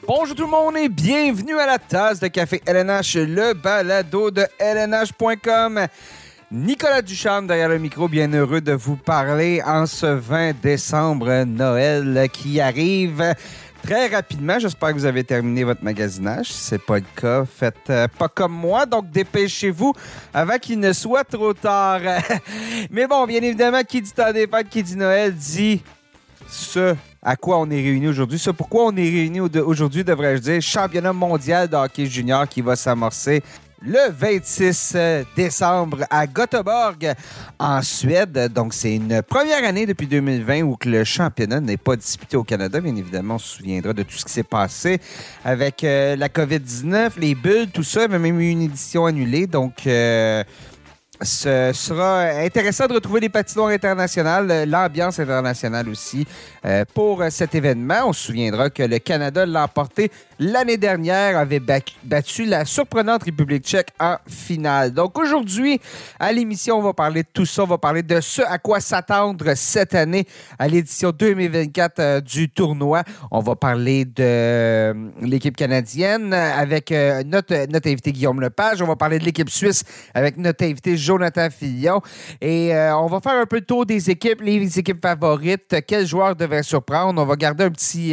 Bonjour tout le monde et bienvenue à la tasse de café LNH, le balado de LNH.com. Nicolas Ducharme derrière le micro, bien heureux de vous parler en ce 20 décembre, Noël qui arrive très rapidement. J'espère que vous avez terminé votre magasinage. Si ce n'est pas le cas, faites pas comme moi, donc dépêchez-vous avant qu'il ne soit trop tard. Mais bon, bien évidemment, qui dit temps des fêtes, qui dit Noël, dit ce à quoi on est réunis aujourd'hui. Ce pourquoi on est réunis aujourd'hui, devrais-je dire, championnat mondial de hockey junior qui va s'amorcer le 26 décembre à Göteborg, en Suède. Donc, c'est une première année depuis 2020 où que le championnat n'est pas disputé au Canada. Bien évidemment, on se souviendra de tout ce qui s'est passé avec la COVID-19, les bulles, tout ça. Il y a même eu une édition annulée. Donc, ce sera intéressant de retrouver les patinoires internationales, l'ambiance internationale aussi pour cet événement. On se souviendra que le Canada l'a emporté l'année dernière, avait battu la surprenante République tchèque en finale. Donc aujourd'hui, à l'émission, on va parler de tout ça. On va parler de ce à quoi s'attendre cette année à l'édition 2024 du tournoi. On va parler de l'équipe canadienne avec notre invité Guillaume Lepage. On va parler de l'équipe suisse avec notre invité Jonathan Fillon. Et on va faire un peu le tour des équipes, les équipes favorites, quels joueurs devraient surprendre. On va garder un petit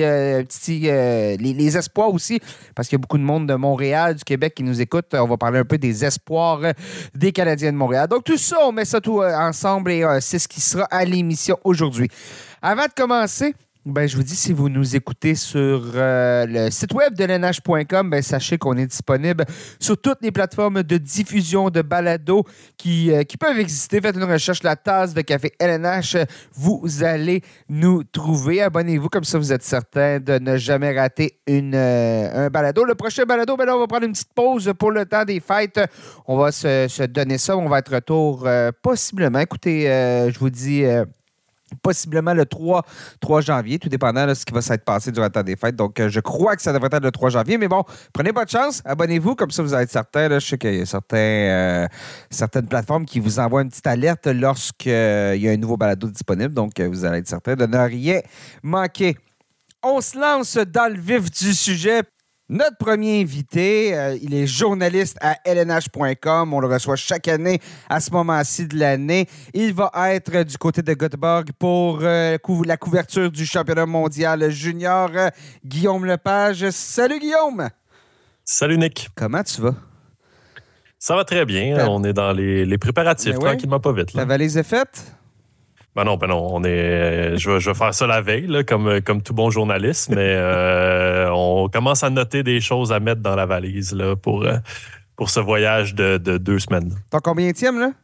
les espoirs aussi, parce qu'il y a beaucoup de monde de Montréal, du Québec qui nous écoute. On va parler un peu des espoirs des Canadiens de Montréal. Donc tout ça, on met ça tout ensemble et c'est ce qui sera à l'émission aujourd'hui. Avant de commencer, je vous dis, si vous nous écoutez sur le site web de LNH.com, sachez qu'on est disponible sur toutes les plateformes de diffusion de balado qui peuvent exister. Faites une recherche, la tasse de café LNH, vous allez nous trouver. Abonnez-vous, comme ça vous êtes certain de ne jamais rater un balado. Le prochain balado, là, on va prendre une petite pause pour le temps des fêtes. On va se donner ça. On va être retour possiblement. Écoutez, je vous dis... possiblement le 3 janvier, tout dépendant de ce qui va s'être passé durant le temps des fêtes. Donc, je crois que ça devrait être le 3 janvier. Mais bon, prenez pas de chance, abonnez-vous, comme ça vous allez être certain. Là, je sais qu'il y a certaines plateformes qui vous envoient une petite alerte lorsqu'il y a un nouveau balado disponible. Donc, vous allez être certain de ne rien manquer. On se lance dans le vif du sujet. Notre premier invité, il est journaliste à LNH.com. On le reçoit chaque année à ce moment-ci de l'année. Il va être du côté de Göteborg pour la couverture du championnat mondial junior. Guillaume Lepage. Salut Guillaume! Salut Nick! Comment tu vas? Ça va très bien. On est dans les préparatifs, tranquillement pas vite. Ta valise est faite? Ben non. Je vais faire ça la veille, là, comme tout bon journaliste, mais on commence à noter des choses à mettre dans la valise là, pour ce voyage de 2 semaines. T'as combienième, là?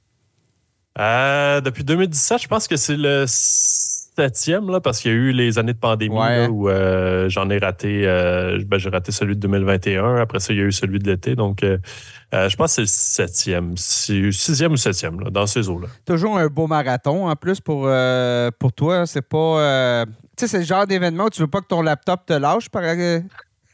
Depuis 2017, je pense que c'est le 7e, là, parce qu'il y a eu les années de pandémie là, où j'en ai raté. J'ai raté celui de 2021. Après ça, il y a eu celui de l'été. Donc, je pense que c'est le 7e. 6e ou 7e, là, dans ces eaux-là. Toujours un beau marathon, en plus, pour toi. C'est pas... tu sais, c'est le genre d'événement où tu veux pas que ton laptop te lâche, par exemple.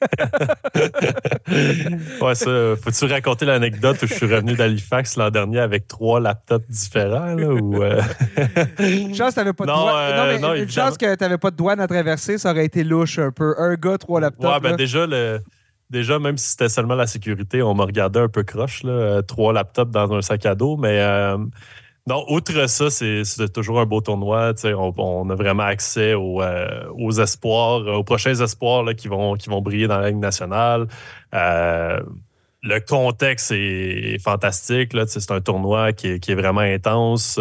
Ouais, ça. Faut-tu raconter l'anecdote où je suis revenu d'Halifax l'an dernier avec 3 laptops différents, là, ou... Une chance que t'avais pas de douane. Une chance que t'avais pas de douane à traverser, ça aurait été louche un peu. Un gars, 3 laptops. Ouais, déjà, même si c'était seulement la sécurité, on m'a regardé un peu croche, là, 3 laptops dans un sac à dos, mais... Non, outre ça, c'est toujours un beau tournoi. On a vraiment accès aux espoirs, aux prochains espoirs là, qui vont briller dans la Ligue nationale. Le contexte est fantastique. Là, c'est un tournoi qui est vraiment intense.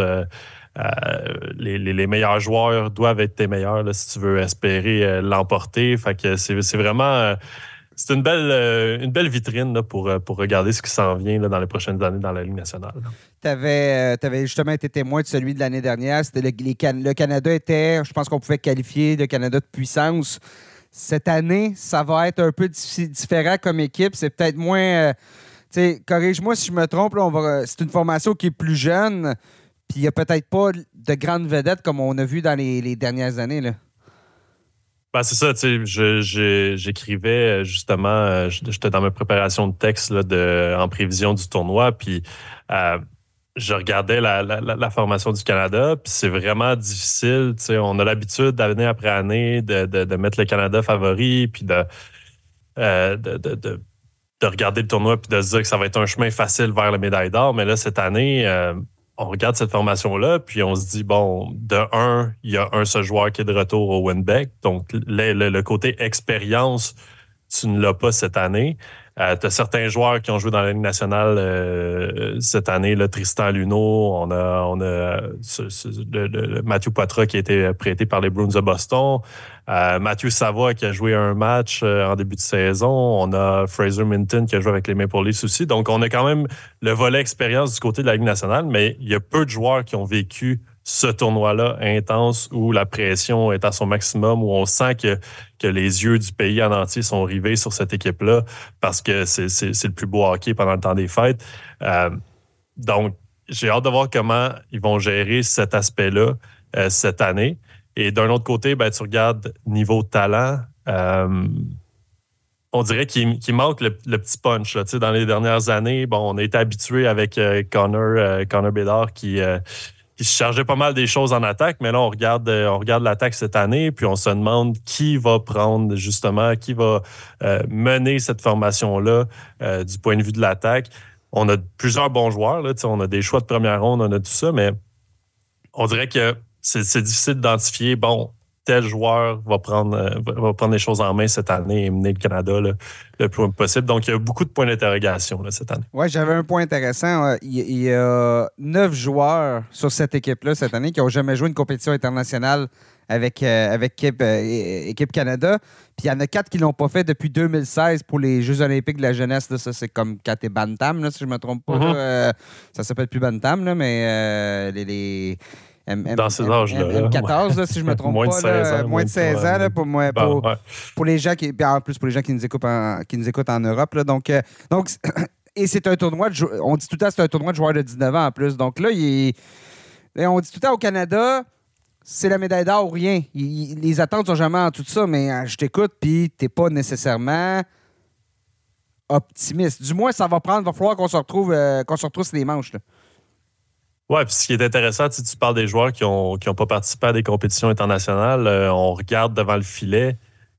Les meilleurs joueurs doivent être tes meilleurs là, si tu veux espérer l'emporter. Fait que c'est vraiment... C'est une belle vitrine là, pour regarder ce qui s'en vient là, dans les prochaines années dans la Ligue nationale. Tu avais justement été témoin de celui de l'année dernière. C'était le Canada était, je pense qu'on pouvait qualifier le Canada de puissance. Cette année, ça va être un peu différent comme équipe. C'est peut-être moins... corrige-moi si je me trompe. Là, c'est une formation qui est plus jeune. Puis il n'y a peut-être pas de grandes vedettes comme on a vu dans les dernières années. Là. Ben, c'est ça, tu sais, j'écrivais justement, j'étais dans ma préparation de texte là, en prévision du tournoi, puis je regardais la formation du Canada, puis c'est vraiment difficile, tu sais, on a l'habitude d'année après année de mettre le Canada favori, puis de regarder le tournoi puis de se dire que ça va être un chemin facile vers la médaille d'or. Mais là, cette année, on regarde cette formation-là, puis on se dit, bon, de un, il y a un seul joueur qui est de retour au Winbeck. Donc, le côté expérience, tu ne l'as pas cette année. Tu as certains joueurs qui ont joué dans la Ligue nationale cette année, là, Tristan Luneau, on a le Mathieu Poitras qui a été prêté par les Bruins de Boston, Mathieu Savoie qui a joué un match en début de saison, on a Fraser Minton qui a joué avec les Maple Leafs aussi. Donc, on a quand même le volet expérience du côté de la Ligue nationale, mais il y a peu de joueurs qui ont vécu ce tournoi-là intense où la pression est à son maximum, où on sent que les yeux du pays en entier sont rivés sur cette équipe-là parce que c'est le plus beau hockey pendant le temps des fêtes. Donc, j'ai hâte de voir comment ils vont gérer cet aspect-là cette année. Et d'un autre côté, ben, tu regardes niveau talent, on dirait qu'il manque le petit punch. Là. Dans les dernières années, bon, on a été habitué avec Connor Bedard qui se chargeait pas mal des choses en attaque, mais là, on regarde l'attaque cette année, puis on se demande qui va prendre, justement, qui va mener cette formation-là du point de vue de l'attaque. On a plusieurs bons joueurs, là, on a des choix de première ronde, on a tout ça, mais on dirait que c'est difficile d'identifier, bon, tel joueur va prendre les choses en main cette année et mener le Canada là, le plus possible. Donc, il y a beaucoup de points d'interrogation là, cette année. Oui, j'avais un point intéressant. Il y a 9 joueurs sur cette équipe-là cette année qui n'ont jamais joué une compétition internationale avec Équipe Canada. Puis il y en a 4 qui ne l'ont pas fait depuis 2016 pour les Jeux olympiques de la jeunesse. Là. Ça, c'est comme 4 et Bantam, là, si je ne me trompe pas. Mm-hmm. Là. Ça s'appelle plus Bantam, là, mais les dans ces âges-là. M14, là, si je ne me trompe moins pas. De 16 ans, moins de 16 ans, là, pour les gens qui. En plus, pour les gens qui nous écoutent en Europe. Là, donc, et c'est un tournoi, on dit tout le temps que c'est un tournoi de joueurs de 19 ans en plus. Donc là, on dit tout le temps au Canada, c'est la médaille d'or ou rien. Les attentes sont jamais en tout ça, mais je t'écoute, puis t'es pas nécessairement optimiste. Du moins, va falloir qu'on se retrouve sur les manches. Là. Oui, puis ce qui est intéressant, tu parles des joueurs qui ont pas participé à des compétitions internationales. On regarde devant le filet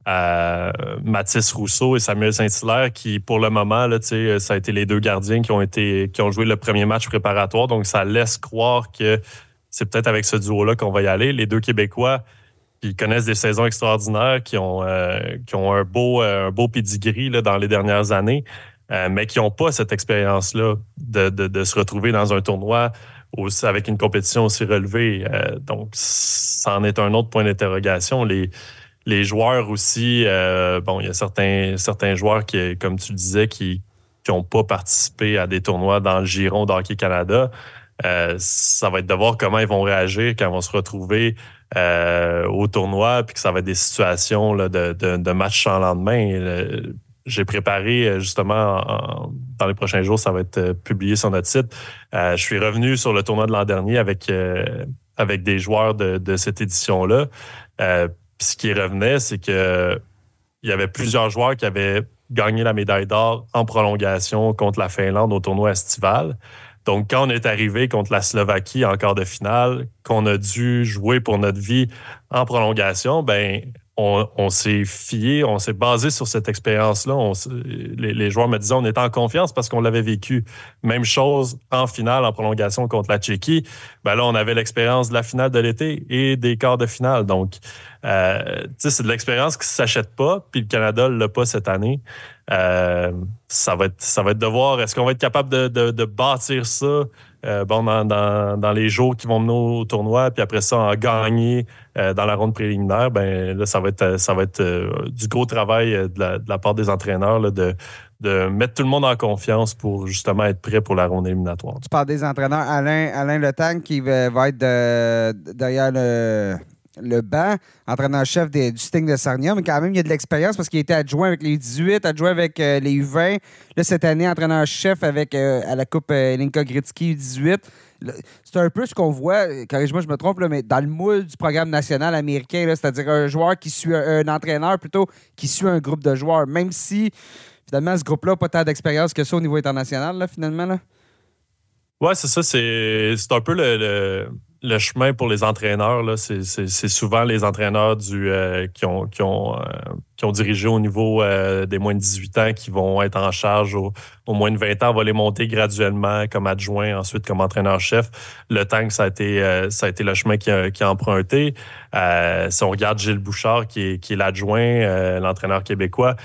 Mathis Rousseau et Samuel Saint-Hilaire qui, pour le moment, là, ça a été les deux gardiens qui ont joué le premier match préparatoire. Donc, ça laisse croire que c'est peut-être avec ce duo-là qu'on va y aller. Les deux Québécois qui connaissent des saisons extraordinaires, qui ont un beau pedigree là, dans les dernières années, mais qui n'ont pas cette expérience-là de se retrouver dans un tournoi avec une compétition aussi relevée. Donc, ça en est un autre point d'interrogation. Les joueurs aussi, il y a certains joueurs qui, comme tu le disais, qui n'ont pas participé à des tournois dans le giron d'Hockey Canada. Ça va être de voir comment ils vont réagir quand ils vont se retrouver au tournoi, puis que ça va être des situations là, de match sans lendemain. J'ai préparé justement dans les prochains jours, ça va être publié sur notre site. Je suis revenu sur le tournoi de l'an dernier avec des joueurs de cette édition-là. Ce qui revenait, c'est que il y avait plusieurs joueurs qui avaient gagné la médaille d'or en prolongation contre la Finlande au tournoi estival. Donc, quand on est arrivé contre la Slovaquie en quart de finale, qu'on a dû jouer pour notre vie en prolongation, ben on s'est fié, on s'est basé sur cette expérience-là. Les joueurs me disaient on était en confiance parce qu'on l'avait vécu. Même chose en finale, en prolongation contre la Tchéquie. Ben là, on avait l'expérience de la finale de l'été et des quarts de finale. Donc, c'est de l'expérience qui ne s'achète pas, puis le Canada ne l'a pas cette année. Ça va être de voir, est-ce qu'on va être capable de bâtir ça dans les jours qui vont mener au tournoi, puis après ça, en gagner dans la ronde préliminaire, ben là, ça va être du gros travail de la part des entraîneurs là, de mettre tout le monde en confiance pour justement être prêt pour la ronde éliminatoire. Tu parles des entraîneurs. Alain Letang qui va être derrière le banc, entraîneur-chef du Sting de Sarnia, mais quand même, il y a de l'expérience parce qu'il a été adjoint avec les U18, adjoint avec les U20. Là, cette année, entraîneur-chef avec à la Coupe Linka Gretzky U18. C'est un peu ce qu'on voit, corrige-moi, je me trompe, là, mais dans le moule du programme national américain, là, c'est-à-dire un joueur qui suit un entraîneur plutôt qui suit un groupe de joueurs, même si, finalement, ce groupe-là n'a pas tant d'expérience que ça au niveau international, là, finalement. Là. Oui, c'est ça. C'est un peu le chemin pour les entraîneurs, là, c'est souvent les entraîneurs qui ont dirigé au niveau des moins de 18 ans qui vont être en charge au moins de 20 ans. On va les monter graduellement comme adjoint, ensuite comme entraîneur-chef. Le temps que ça a été le chemin qu'il a emprunté. Si on regarde Gilles Bouchard, qui est l'adjoint, l'entraîneur québécois,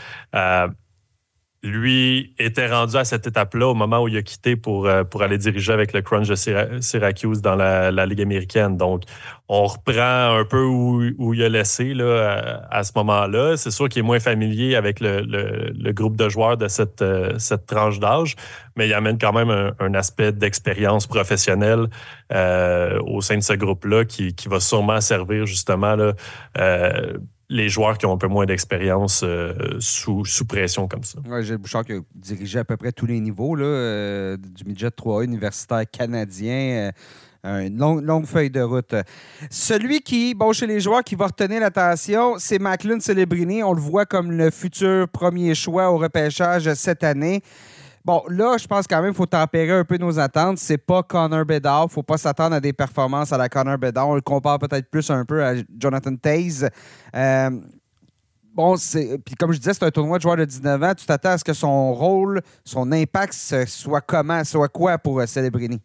lui était rendu à cette étape-là au moment où il a quitté pour aller diriger avec le Crunch de Syracuse dans la Ligue américaine. Donc, on reprend un peu où il a laissé là, à ce moment-là. C'est sûr qu'il est moins familier avec le groupe de joueurs de cette tranche d'âge, mais il amène quand même un aspect d'expérience professionnelle au sein de ce groupe-là qui va sûrement servir justement là, les joueurs qui ont un peu moins d'expérience sous pression comme ça. Ouais, Gilles Bouchard qui a dirigé à peu près tous les niveaux là, du midget 3A universitaire canadien. Une longue feuille de route. Celui qui, chez les joueurs, qui va retenir l'attention, c'est Macklin Celebrini. On le voit comme le futur premier choix au repêchage cette année. Bon, là, je pense quand même qu'il faut tempérer un peu nos attentes. C'est pas Connor Bedard. Il ne faut pas s'attendre à des performances à la Connor Bedard. On le compare peut-être plus un peu à Jonathan Toews. Puis comme je disais, c'est un tournoi de joueurs de 19 ans. Tu t'attends à ce que son rôle, son impact soit quoi pour Celebrini?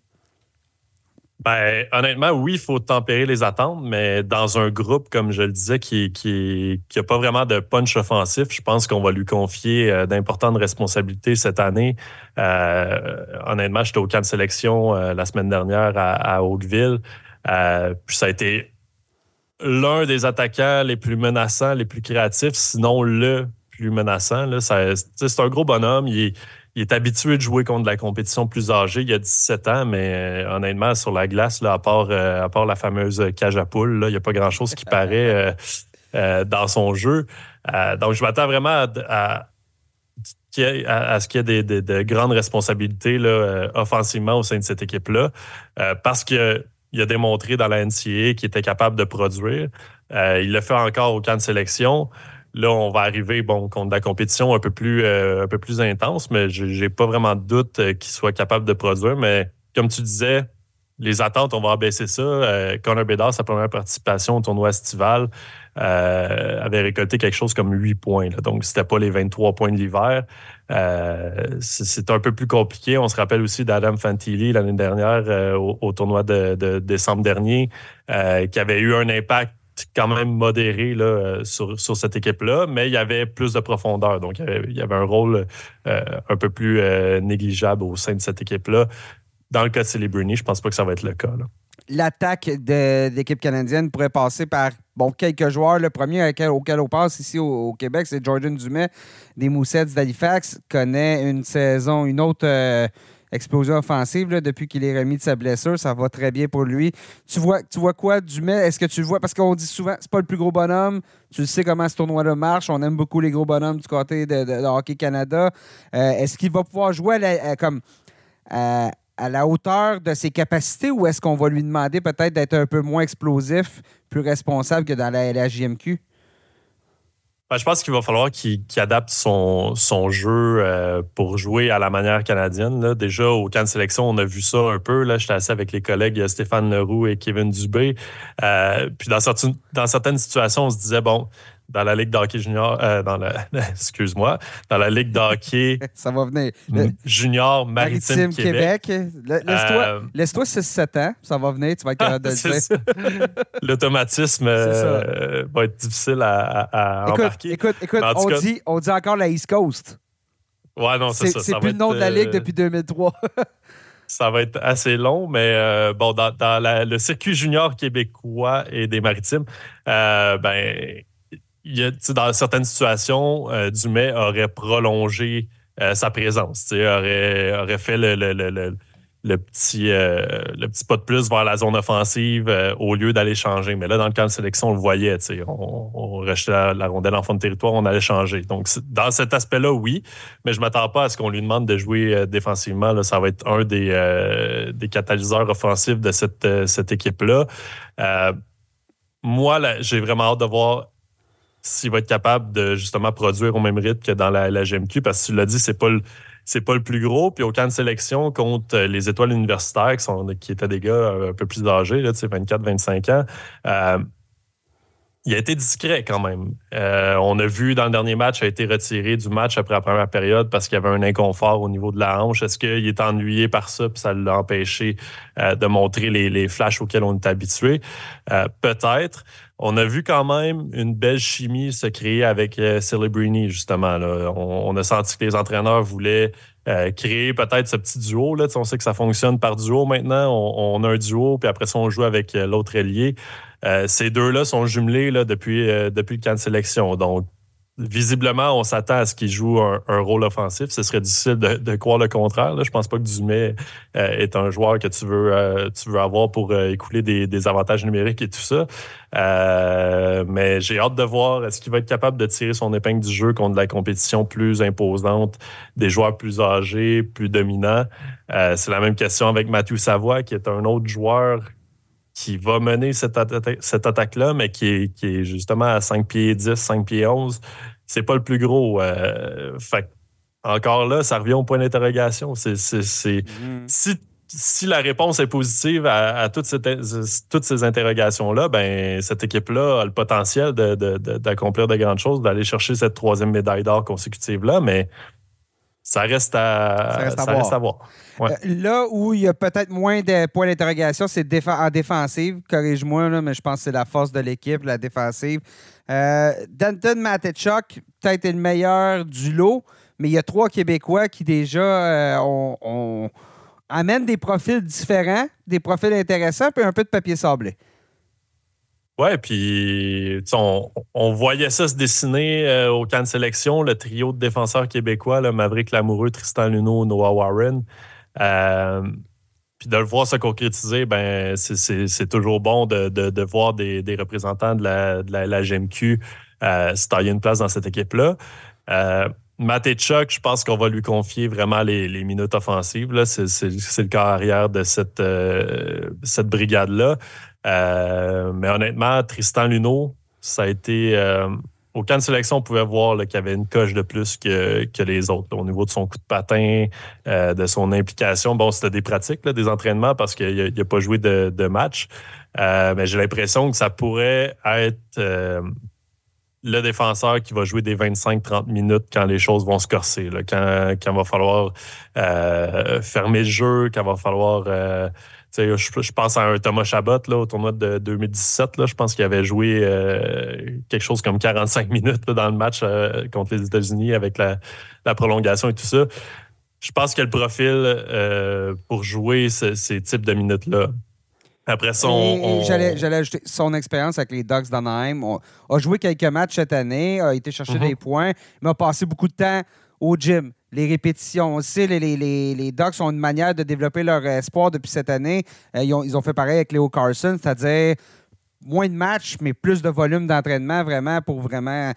Ben, honnêtement, oui, il faut tempérer les attentes, mais dans un groupe, comme je le disais, qui a pas vraiment de punch offensif, je pense qu'on va lui confier d'importantes responsabilités cette année. Honnêtement, j'étais au camp de sélection la semaine dernière à Oakville. Puis ça a été l'un des attaquants les plus menaçants, les plus créatifs, sinon le plus menaçant. Là. C'est un gros bonhomme. Il est habitué de jouer contre de la compétition plus âgée. Il a 17 ans, mais honnêtement, sur la glace, là, à part la fameuse cage à poules, là, il n'y a pas grand-chose qui paraît dans son jeu. Donc, je m'attends vraiment à ce qu'il y ait de grandes responsabilités là, offensivement au sein de cette équipe-là, parce qu'il a démontré dans la NCAA qu'il était capable de produire. Il le fait encore au camp de sélection. Là, on va arriver contre la compétition un peu plus intense, mais j'ai pas vraiment de doute qu'il soit capable de produire. Mais comme tu disais, les attentes, on va abaisser ça. Connor Bedard, sa première participation au tournoi estival, avait récolté quelque chose comme 8 points. Là. Donc, c'était pas les 23 points de l'hiver. C'est un peu plus compliqué. On se rappelle aussi d'Adam Fantilli l'année dernière au tournoi de décembre dernier, qui avait eu un impact quand même modéré là, sur cette équipe-là, mais il y avait plus de profondeur. Donc, il y avait un rôle un peu plus négligeable au sein de cette équipe-là. Dans le cas de Celebrini, je pense pas que ça va être le cas. Là. L'attaque de l'équipe canadienne pourrait passer par quelques joueurs. Le premier auquel on passe ici au Québec, c'est Jordan Dumais des Moussets d'Halifax. Connaît une autre explosion offensive là, depuis qu'il est remis de sa blessure. Ça va très bien pour lui. Tu vois quoi, Dumais? Est-ce que tu le vois? Parce qu'on dit souvent, c'est pas le plus gros bonhomme. Tu sais comment ce tournoi-là marche. On aime beaucoup les gros bonhommes du côté de Hockey Canada. Est-ce qu'il va pouvoir jouer à la hauteur de ses capacités ou est-ce qu'on va lui demander peut-être d'être un peu moins explosif, plus responsable que dans la LHJMQ? Ben, je pense qu'il va falloir qu'il adapte son jeu pour jouer à la manière canadienne. Là. Déjà, au camp de sélection, on a vu ça un peu. Là. J'étais assis avec les collègues Stéphane Leroux et Kevin Dubé. Puis dans certaines situations, on se disait, dans la Ligue d'hockey junior, excuse-moi, dans la Ligue d'hockey ça va venir. Junior Maritime Québec. Laisse-toi 6-7 ans, ça va venir, tu vas être capable de le dire. L'automatisme va être difficile à embarquer. Écoute, on dit encore la East Coast. Ouais, non, c'est ça. C'est plus le nom de la Ligue depuis 2003. Ça va être assez long, mais dans le circuit junior québécois et des Maritimes, dans certaines situations, Dumais aurait prolongé sa présence. Aurait fait le petit pas de plus vers la zone offensive au lieu d'aller changer. Mais là, dans le camp de sélection, on le voyait. On rejetait la rondelle en fond de territoire, on allait changer. Donc, dans cet aspect-là, oui. Mais je ne m'attends pas à ce qu'on lui demande de jouer défensivement. Là, ça va être un des catalyseurs offensifs de cette équipe-là. Moi, là, j'ai vraiment hâte de voir s'il va être capable de justement produire au même rythme que dans la GMQ, parce que tu l'as dit, c'est pas c'est pas le plus gros. Puis au camp de sélection contre les étoiles universitaires, qui étaient des gars un peu plus âgés, là, 24-25 ans, il a été discret quand même. On a vu dans le dernier match, il a été retiré du match après la première période parce qu'il y avait un inconfort au niveau de la hanche. Est-ce qu'il est ennuyé par ça puis ça l'a empêché de montrer les flashs auxquels on est habitué? Peut-être. On a vu quand même une belle chimie se créer avec Celebrini, justement. Là. On a senti que les entraîneurs voulaient créer peut-être ce petit duo. Là. On sait que ça fonctionne par duo maintenant. On a un duo, puis après ça, on joue avec l'autre ailier. Ces deux-là sont jumelés là, depuis le camp de sélection. Donc, visiblement, on s'attend à ce qu'ils jouent un rôle offensif. Ce serait difficile de croire le contraire. Là. Je pense pas que Dumais est un joueur que tu veux avoir pour écouler des avantages numériques et tout ça. Mais j'ai hâte de voir est-ce qu'il va être capable de tirer son épingle du jeu contre de la compétition plus imposante, des joueurs plus âgés, plus dominants. C'est la même question avec Mathieu Savoie, qui est un autre joueur qui va mener cette attaque-là, mais qui est justement à 5 pieds 10, 5 pieds 11. C'est pas le plus gros. Fait encore là, ça revient au point d'interrogation. Si la réponse est positive à toutes ces interrogations-là, ben cette équipe-là a le potentiel d'accomplir de grandes choses, d'aller chercher cette 3e médaille d'or consécutive-là, mais ça reste à voir. Ouais. Là où il y a peut-être moins de points d'interrogation, c'est en défensive. Corrige-moi, là, mais je pense que c'est la force de l'équipe, la défensive. Danton Matechuk, peut-être est le meilleur du lot, mais il y a 3 Québécois qui déjà amènent des profils différents, des profils intéressants, puis un peu de papier sablé. Ouais, puis on voyait ça se dessiner au camp de sélection, le trio de défenseurs québécois, là, Maverick Lamoureux, Tristan Luneau, Noah Warren. Puis de le voir se concrétiser, ben c'est toujours bon de voir des représentants de la GMQ se tailler une place dans cette équipe-là. Matechuk, je pense qu'on va lui confier vraiment les minutes offensives. Là. C'est le corps arrière de cette brigade-là. Mais honnêtement, Tristan Luneau, ça a été... au camp de sélection, on pouvait voir qu'il y avait une coche de plus que les autres, là, au niveau de son coup de patin, de son implication. Bon, c'était des pratiques, là, des entraînements, parce qu'il n'a pas joué de match. Mais j'ai l'impression que ça pourrait être le défenseur qui va jouer des 25-30 minutes quand les choses vont se corser, là, quand va falloir fermer le jeu, quand va falloir... je pense à un Thomas Chabot là, au tournoi de 2017. Là, je pense qu'il avait joué quelque chose comme 45 minutes là, dans le match contre les États-Unis avec la prolongation et tout ça. Je pense qu'il y a le profil pour jouer ces types de minutes-là. Après ça, j'allais ajouter son expérience avec les Ducks d'Anaheim. A joué quelques matchs cette année, a été chercher des points, mais a passé beaucoup de temps au gym. Les répétitions. On sait, les Ducks ont une manière de développer leur espoir depuis cette année. Ils ont fait pareil avec Leo Carlson, c'est-à-dire moins de matchs, mais plus de volume d'entraînement vraiment pour vraiment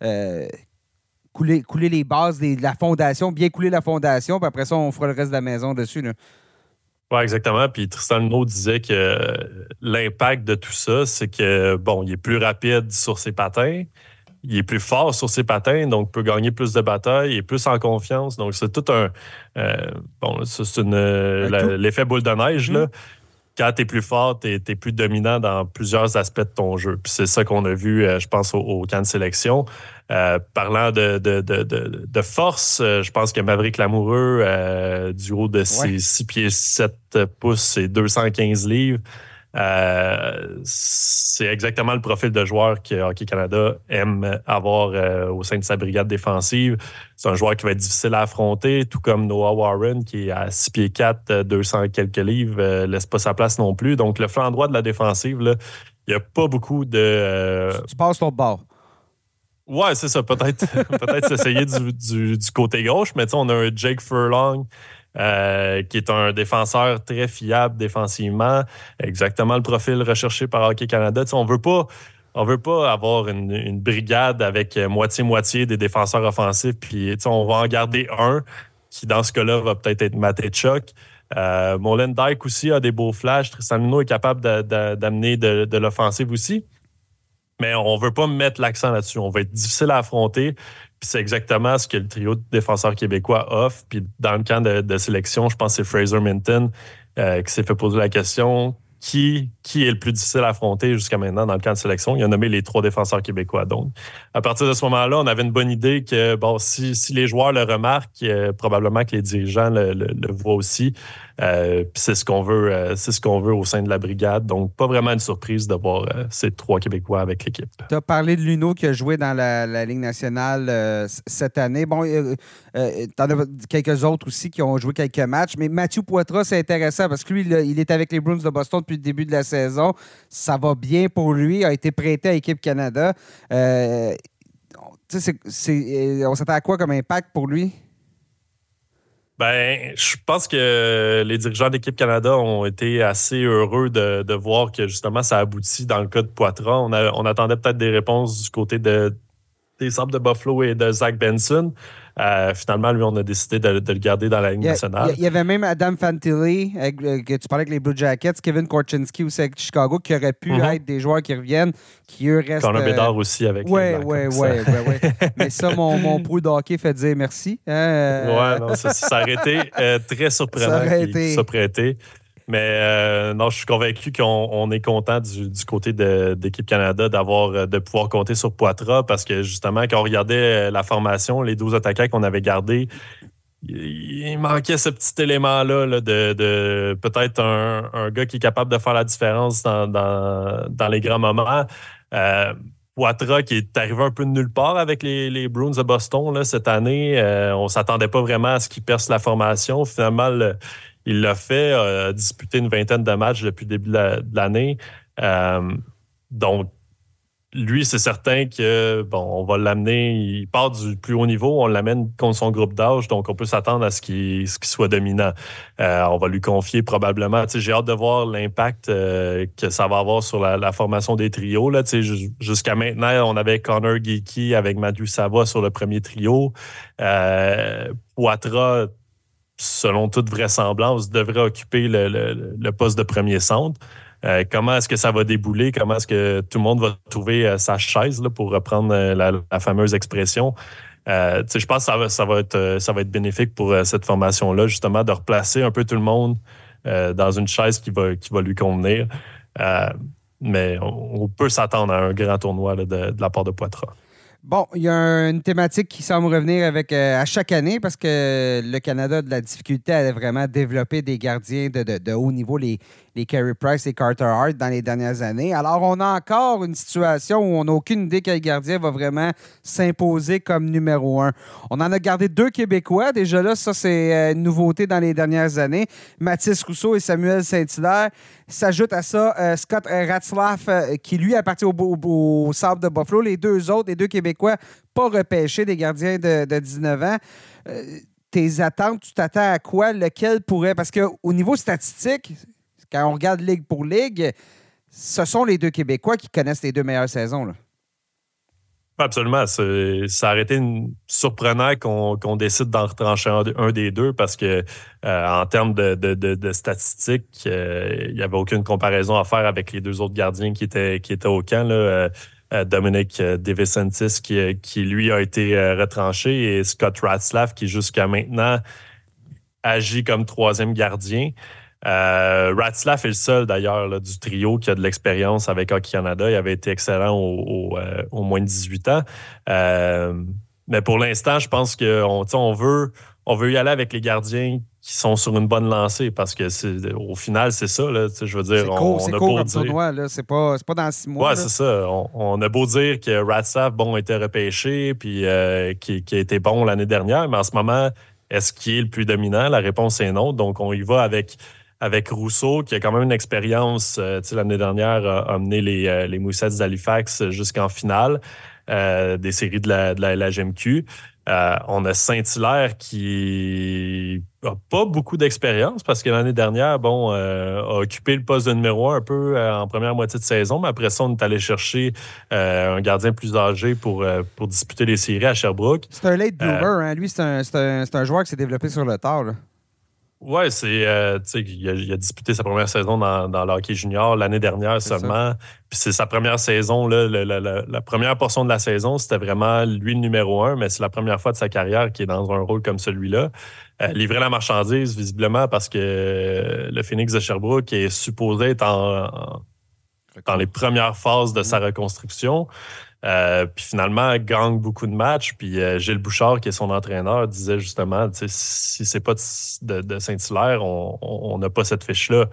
couler les bases de la fondation, bien couler la fondation, puis après ça, on fera le reste de la maison dessus. Oui, exactement. Puis Tristan Luneau disait que l'impact de tout ça, c'est que, bon, il est plus rapide sur ses patins, il est plus fort sur ses patins, donc peut gagner plus de batailles, il est plus en confiance. Donc, c'est tout un... c'est l'effet boule de neige, là. Quand tu es plus fort, tu es plus dominant dans plusieurs aspects de ton jeu. Puis c'est ça qu'on a vu, je pense, au camp de sélection. Parlant de force, je pense que Maverick Lamoureux, du haut de ses 6 pieds 7 pouces et 215 livres, c'est exactement le profil de joueur que Hockey Canada aime avoir au sein de sa brigade défensive. C'est un joueur qui va être difficile à affronter, tout comme Noah Warren, qui est à 6 pieds 4, 200 quelques livres, laisse pas sa place non plus. Donc, le flanc droit de la défensive, il n'y a pas beaucoup de... Tu passes ton bord. Ouais, c'est ça. Peut-être s'essayer du côté gauche, mais on a un Jake Furlong qui est un défenseur très fiable défensivement, exactement le profil recherché par Hockey Canada. On veut pas avoir une brigade avec moitié-moitié des défenseurs offensifs, puis on va en garder un qui, dans ce cas-là, va peut-être être Matechuk. Molendyk aussi a des beaux flashs. Tristan Luneau est capable d'amener de l'offensive aussi. Mais on ne veut pas mettre l'accent là-dessus. On va être difficile à affronter. Puis c'est exactement ce que le trio de défenseurs québécois offre. Puis dans le camp de sélection, je pense que c'est Fraser Minton qui s'est fait poser la question qui est le plus difficile à affronter jusqu'à maintenant dans le camp de sélection. Il a nommé les 3 défenseurs québécois. Donc, à partir de ce moment-là, on avait une bonne idée que bon, si les joueurs le remarquent, probablement que les dirigeants le voient aussi. Puis c'est ce qu'on veut au sein de la brigade. Donc, pas vraiment une surprise de voir ces 3 Québécois avec l'équipe. Tu as parlé de Luneau qui a joué dans la Ligue nationale cette année. Bon, tu en as quelques autres aussi qui ont joué quelques matchs. Mais Mathieu Poitras, c'est intéressant parce que lui, il est avec les Bruins de Boston depuis le début de la saison. Ça va bien pour lui. Il a été prêté à Équipe Canada. On s'attend à quoi comme impact pour lui? Ben, je pense que les dirigeants d'Équipe Canada ont été assez heureux de voir que justement ça aboutit dans le cas de Poitras. On attendait peut-être des réponses du côté des Sabres de Buffalo et de Zach Benson. Finalement, lui, on a décidé de le garder dans la Ligue nationale. Il y avait même Adam Fantilli, que tu parlais avec les Blue Jackets, Kevin Korchinski aussi avec Chicago, qui auraient pu être des joueurs qui reviennent, qui eux restent... Connor Bedard aussi avec les Blackhawks. Oui. Mais ça, mon pro de hockey fait dire merci. Ouais, non, ça aurait été très surprenant qu'il soit prêté. Mais non, je suis convaincu qu'on est content du côté d'Équipe Canada de pouvoir compter sur Poitras parce que justement, quand on regardait la formation, les 12 attaquants qu'on avait gardés, il manquait ce petit élément-là là, de peut-être un gars qui est capable de faire la différence dans les grands moments. Poitras qui est arrivé un peu de nulle part avec les Bruins de Boston là, cette année. On ne s'attendait pas vraiment à ce qu'il perce la formation. Finalement, il l'a fait, a disputé une vingtaine de matchs depuis le début de l'année. Donc, lui, c'est certain que on va l'amener. Il part du plus haut niveau, on l'amène contre son groupe d'âge, donc on peut s'attendre à ce qu'il soit dominant. On va lui confier probablement. J'ai hâte de voir l'impact que ça va avoir sur la formation des trios. Là, jusqu'à maintenant, on avait Connor Geekie avec Mathieu Savoie sur le premier trio. Poitras, selon toute vraisemblance, devrait occuper le poste de premier centre. Comment est-ce que ça va débouler? Comment est-ce que tout le monde va trouver sa chaise, là, pour reprendre la fameuse expression? Je pense que ça va être bénéfique pour cette formation-là, justement, de replacer un peu tout le monde dans une chaise qui va lui convenir. Mais on peut s'attendre à un grand tournoi là, de la part de Poitras. Bon, il y a une thématique qui semble revenir à chaque année parce que le Canada a de la difficulté à vraiment développer des gardiens de haut niveau, les Carey Price et Carter Hart dans les dernières années. Alors, on a encore une situation où on n'a aucune idée quel gardien va vraiment s'imposer comme numéro 1. On en a gardé 2 Québécois. Déjà là, ça, c'est une nouveauté dans les dernières années. Mathis Rousseau et Samuel Saint-Hilaire. S'ajoute à ça Scott Ratzlaff, qui lui appartient au Sabres de Buffalo. Les 2 Québécois pas repêchés, des gardiens de 19 ans. Tes attentes, tu t'attends à quoi? Lequel pourrait... Parce qu'au niveau statistique, quand on regarde ligue pour ligue, ce sont les 2 Québécois qui connaissent les 2 meilleures saisons, là. Absolument. Ça aurait été surprenant qu'on décide d'en retrancher un des 2 parce que en termes de statistiques, il n'y avait aucune comparaison à faire avec les 2 autres gardiens qui étaient au camp. Là. Dominic DeVincentis qui, lui, a été retranché et Scott Ratzlaff qui, jusqu'à maintenant, agit comme 3e gardien. Ratzlaff est le seul, d'ailleurs, là, du trio qui a de l'expérience avec Hockey Canada. Il avait été excellent au moins de 18 ans. Mais pour l'instant, je pense qu'on veut y aller avec les gardiens qui sont sur une bonne lancée parce que au final, c'est ça. Là, je veux dire, c'est court comme tournoi. Là. C'est pas dans 6 mois. Ouais, là. C'est ça. On a beau dire que Ratzlaff, était repêché puis qui a été bon l'année dernière, mais en ce moment, est-ce qu'il est le plus dominant? La réponse est non. Donc, on y va avec Rousseau, qui a quand même une expérience. L'année dernière, a amené les Moussets d'Halifax jusqu'en finale des séries de la LHMQ. On a Saint-Hilaire qui n'a pas beaucoup d'expérience parce que l'année dernière, a occupé le poste de numéro 1 un peu en première moitié de saison, mais après ça, on est allé chercher un gardien plus âgé pour disputer les séries à Sherbrooke. C'est un late bloomer. Lui, c'est un joueur qui s'est développé sur le tard, là. Ouais, tu sais, il a disputé sa première saison dans le hockey junior l'année dernière seulement. Puis c'est sa première saison, là, la première portion de la saison, c'était vraiment lui le numéro 1, mais c'est la première fois de sa carrière qu'il est dans un rôle comme celui-là. Livrer la marchandise, visiblement, parce que le Phoenix de Sherbrooke est supposé être dans les premières phases de sa reconstruction. Puis finalement, gagne beaucoup de matchs. Puis Gilles Bouchard, qui est son entraîneur, disait justement, si c'est pas de Saint-Hilaire, on n'a pas cette fiche-là.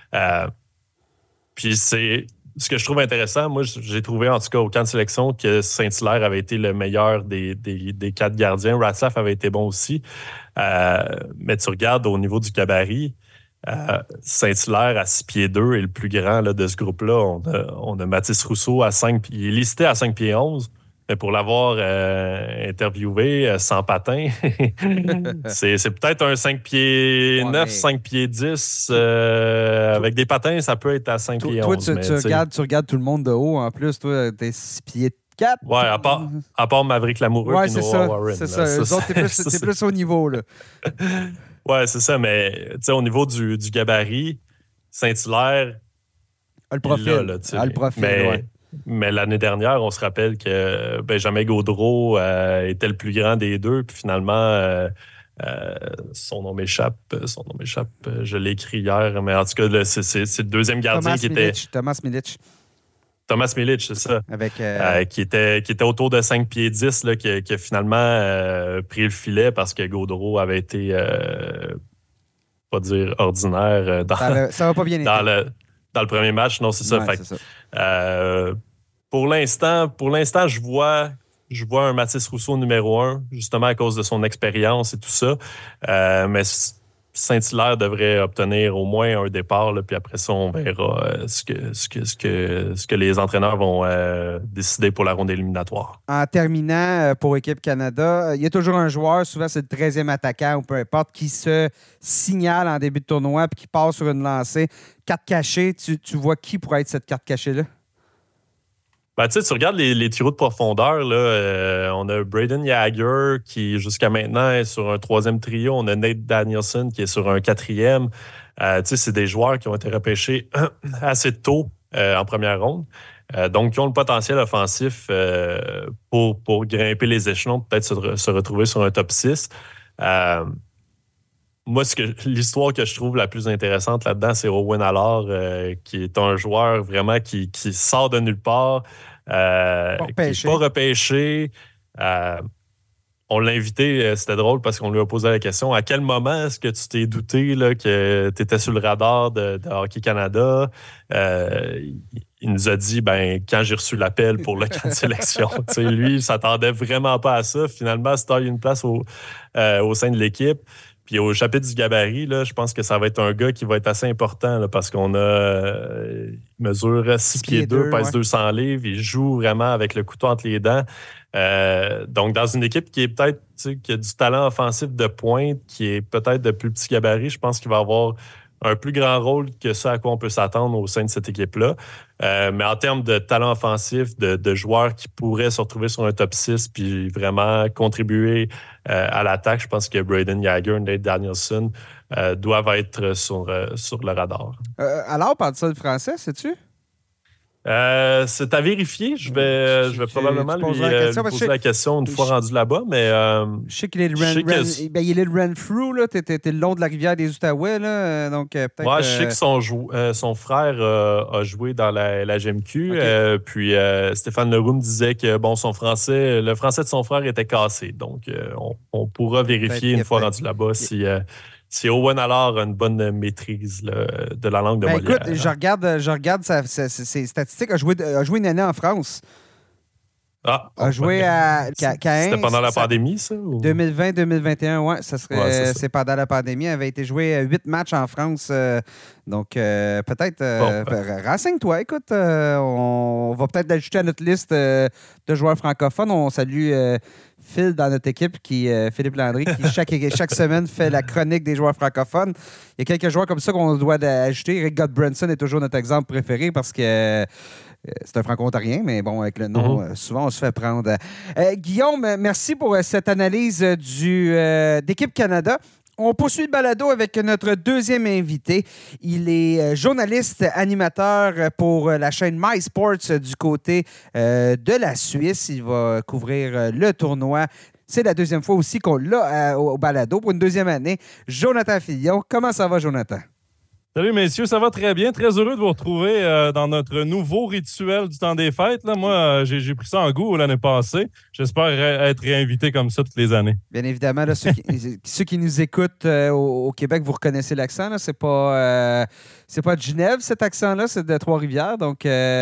Puis c'est ce que je trouve intéressant. Moi, j'ai trouvé, en tout cas, au camp de sélection, que Saint-Hilaire avait été le meilleur des 4 gardiens. Ratzlaff avait été bon aussi. Mais tu regardes au niveau du gabarit, Saint-Hilaire à 6 pieds 2 est le plus grand là, de ce groupe-là. On a Mathis Rousseau à 5 pieds. Il est listé à 5 pieds 11, mais pour l'avoir interviewé sans patin, c'est peut-être un 5 pieds 9, 5 pieds 10. Avec des patins, ça peut être à 5 pieds 11. Toi, tu regardes tout le monde de haut en plus. Toi, t'es 6 pieds 4. Ouais, à part Maverick Lamoureux et Noah Warren. C'est ça. Eux autres, t'es plus au niveau, là. Ouais, c'est ça, mais au niveau du gabarit, Saint-Hilaire. Le profil. Le profil, mais l'année dernière, on se rappelle que Benjamin Gaudreau était le plus grand des deux, puis finalement, son nom m'échappe. Je l'ai écrit hier, mais en tout cas, c'est le deuxième gardien Thomas Milic, c'est ça. Avec, qui était autour de 5 pieds 10, là, qui a finalement pris le filet parce que Gaudreau avait été, pas dire ordinaire, ça va pas bien dans le premier match. Non, c'est ça. Ouais, fait, pour l'instant, je vois un Mathis Rousseau numéro 1, justement à cause de son expérience et tout ça. Mais Saint-Hilaire devrait obtenir au moins un départ, là, puis après ça, on verra ce que les entraîneurs vont décider pour la ronde éliminatoire. En terminant, pour Équipe Canada, il y a toujours un joueur, souvent c'est le 13e attaquant ou peu importe, qui se signale en début de tournoi puis qui passe sur une lancée. Carte cachée, tu vois qui pourrait être cette carte cachée-là? Ben, tu regardes les tirs de profondeur, là, on a Braden Yager qui, jusqu'à maintenant, est sur un 3e trio. On a Nate Danielson qui est sur un 4e. C'est des joueurs qui ont été repêchés assez tôt en première ronde. Donc, qui ont le potentiel offensif pour grimper les échelons, peut-être se retrouver sur un top 6. Moi, l'histoire que je trouve la plus intéressante là-dedans, c'est Owen Allard, qui est un joueur vraiment qui sort de nulle part, qui n'est pas repêché. On l'a invité, c'était drôle parce qu'on lui a posé la question, à quel moment est-ce que tu t'es douté là, que tu étais sur le radar de Hockey Canada? Il nous a dit, quand j'ai reçu l'appel pour le camp de sélection, lui, il ne s'attendait vraiment pas à ça. Finalement, c'est une place au sein de l'équipe. Puis au chapitre du gabarit, là, je pense que ça va être un gars qui va être assez important là, parce qu'on il mesure 6 pieds 2, pèse 200 livres. Il joue vraiment avec le couteau entre les dents. Donc, dans une équipe qui est peut-être qui a du talent offensif de pointe, qui est peut-être de plus petit gabarit, je pense qu'il va avoir un plus grand rôle que ce à quoi on peut s'attendre au sein de cette équipe-là. Mais en termes de talent offensif, de joueurs qui pourraient se retrouver sur un top 6 puis vraiment contribuer à l'attaque, je pense que Braden Yager et Nate Danielson doivent être sur le radar. Alors, parle-tu le français, sais-tu? C'est à vérifier. Je vais probablement lui poser la question une fois rendu là-bas, mais je sais qu'il est le Renfrew, là. T'es le long de la rivière des Outaouais, là. Donc, peut-être. Ouais, je sais que son frère a joué dans la GMQ. Okay. Puis Stéphane Leroux me disait que le français de son frère était cassé. Donc, on pourra vérifier une fois rendu là-bas si Owen Allard a une bonne maîtrise là, de la langue de Molière. Écoute, je regarde ses statistiques. A joué une année en France. A joué à Caen. C'était pendant la pandémie, ça? Ou? 2020-2021, oui. C'est pendant la pandémie. Il avait été joué 8 matchs en France. Donc, peut-être... renseigne-toi. Écoute, on va peut-être l'ajouter à notre liste de joueurs francophones. On salue... Phil dans notre équipe, Philippe Landry, qui chaque semaine fait la chronique des joueurs francophones. Il y a quelques joueurs comme ça qu'on doit ajouter. Eric Godbranson est toujours notre exemple préféré parce que c'est un franco-ontarien, mais bon, avec le nom, souvent on se fait prendre. Guillaume, merci pour cette analyse d'Équipe Canada. On poursuit le balado avec notre deuxième invité. Il est journaliste, animateur pour la chaîne MySports du côté de la Suisse. Il va couvrir le tournoi. C'est la deuxième fois aussi qu'on l'a au balado pour une deuxième année. Jonathan Fillon. Comment ça va, Jonathan? Salut messieurs, ça va très bien. Très heureux de vous retrouver dans notre nouveau rituel du temps des fêtes. Là, moi, j'ai pris ça en goût l'année passée. J'espère être réinvité comme ça toutes les années. Bien évidemment, là, ceux qui nous écoutent au Québec, vous reconnaissez l'accent. Là. C'est pas de Genève, cet accent-là, c'est de Trois-Rivières. Donc,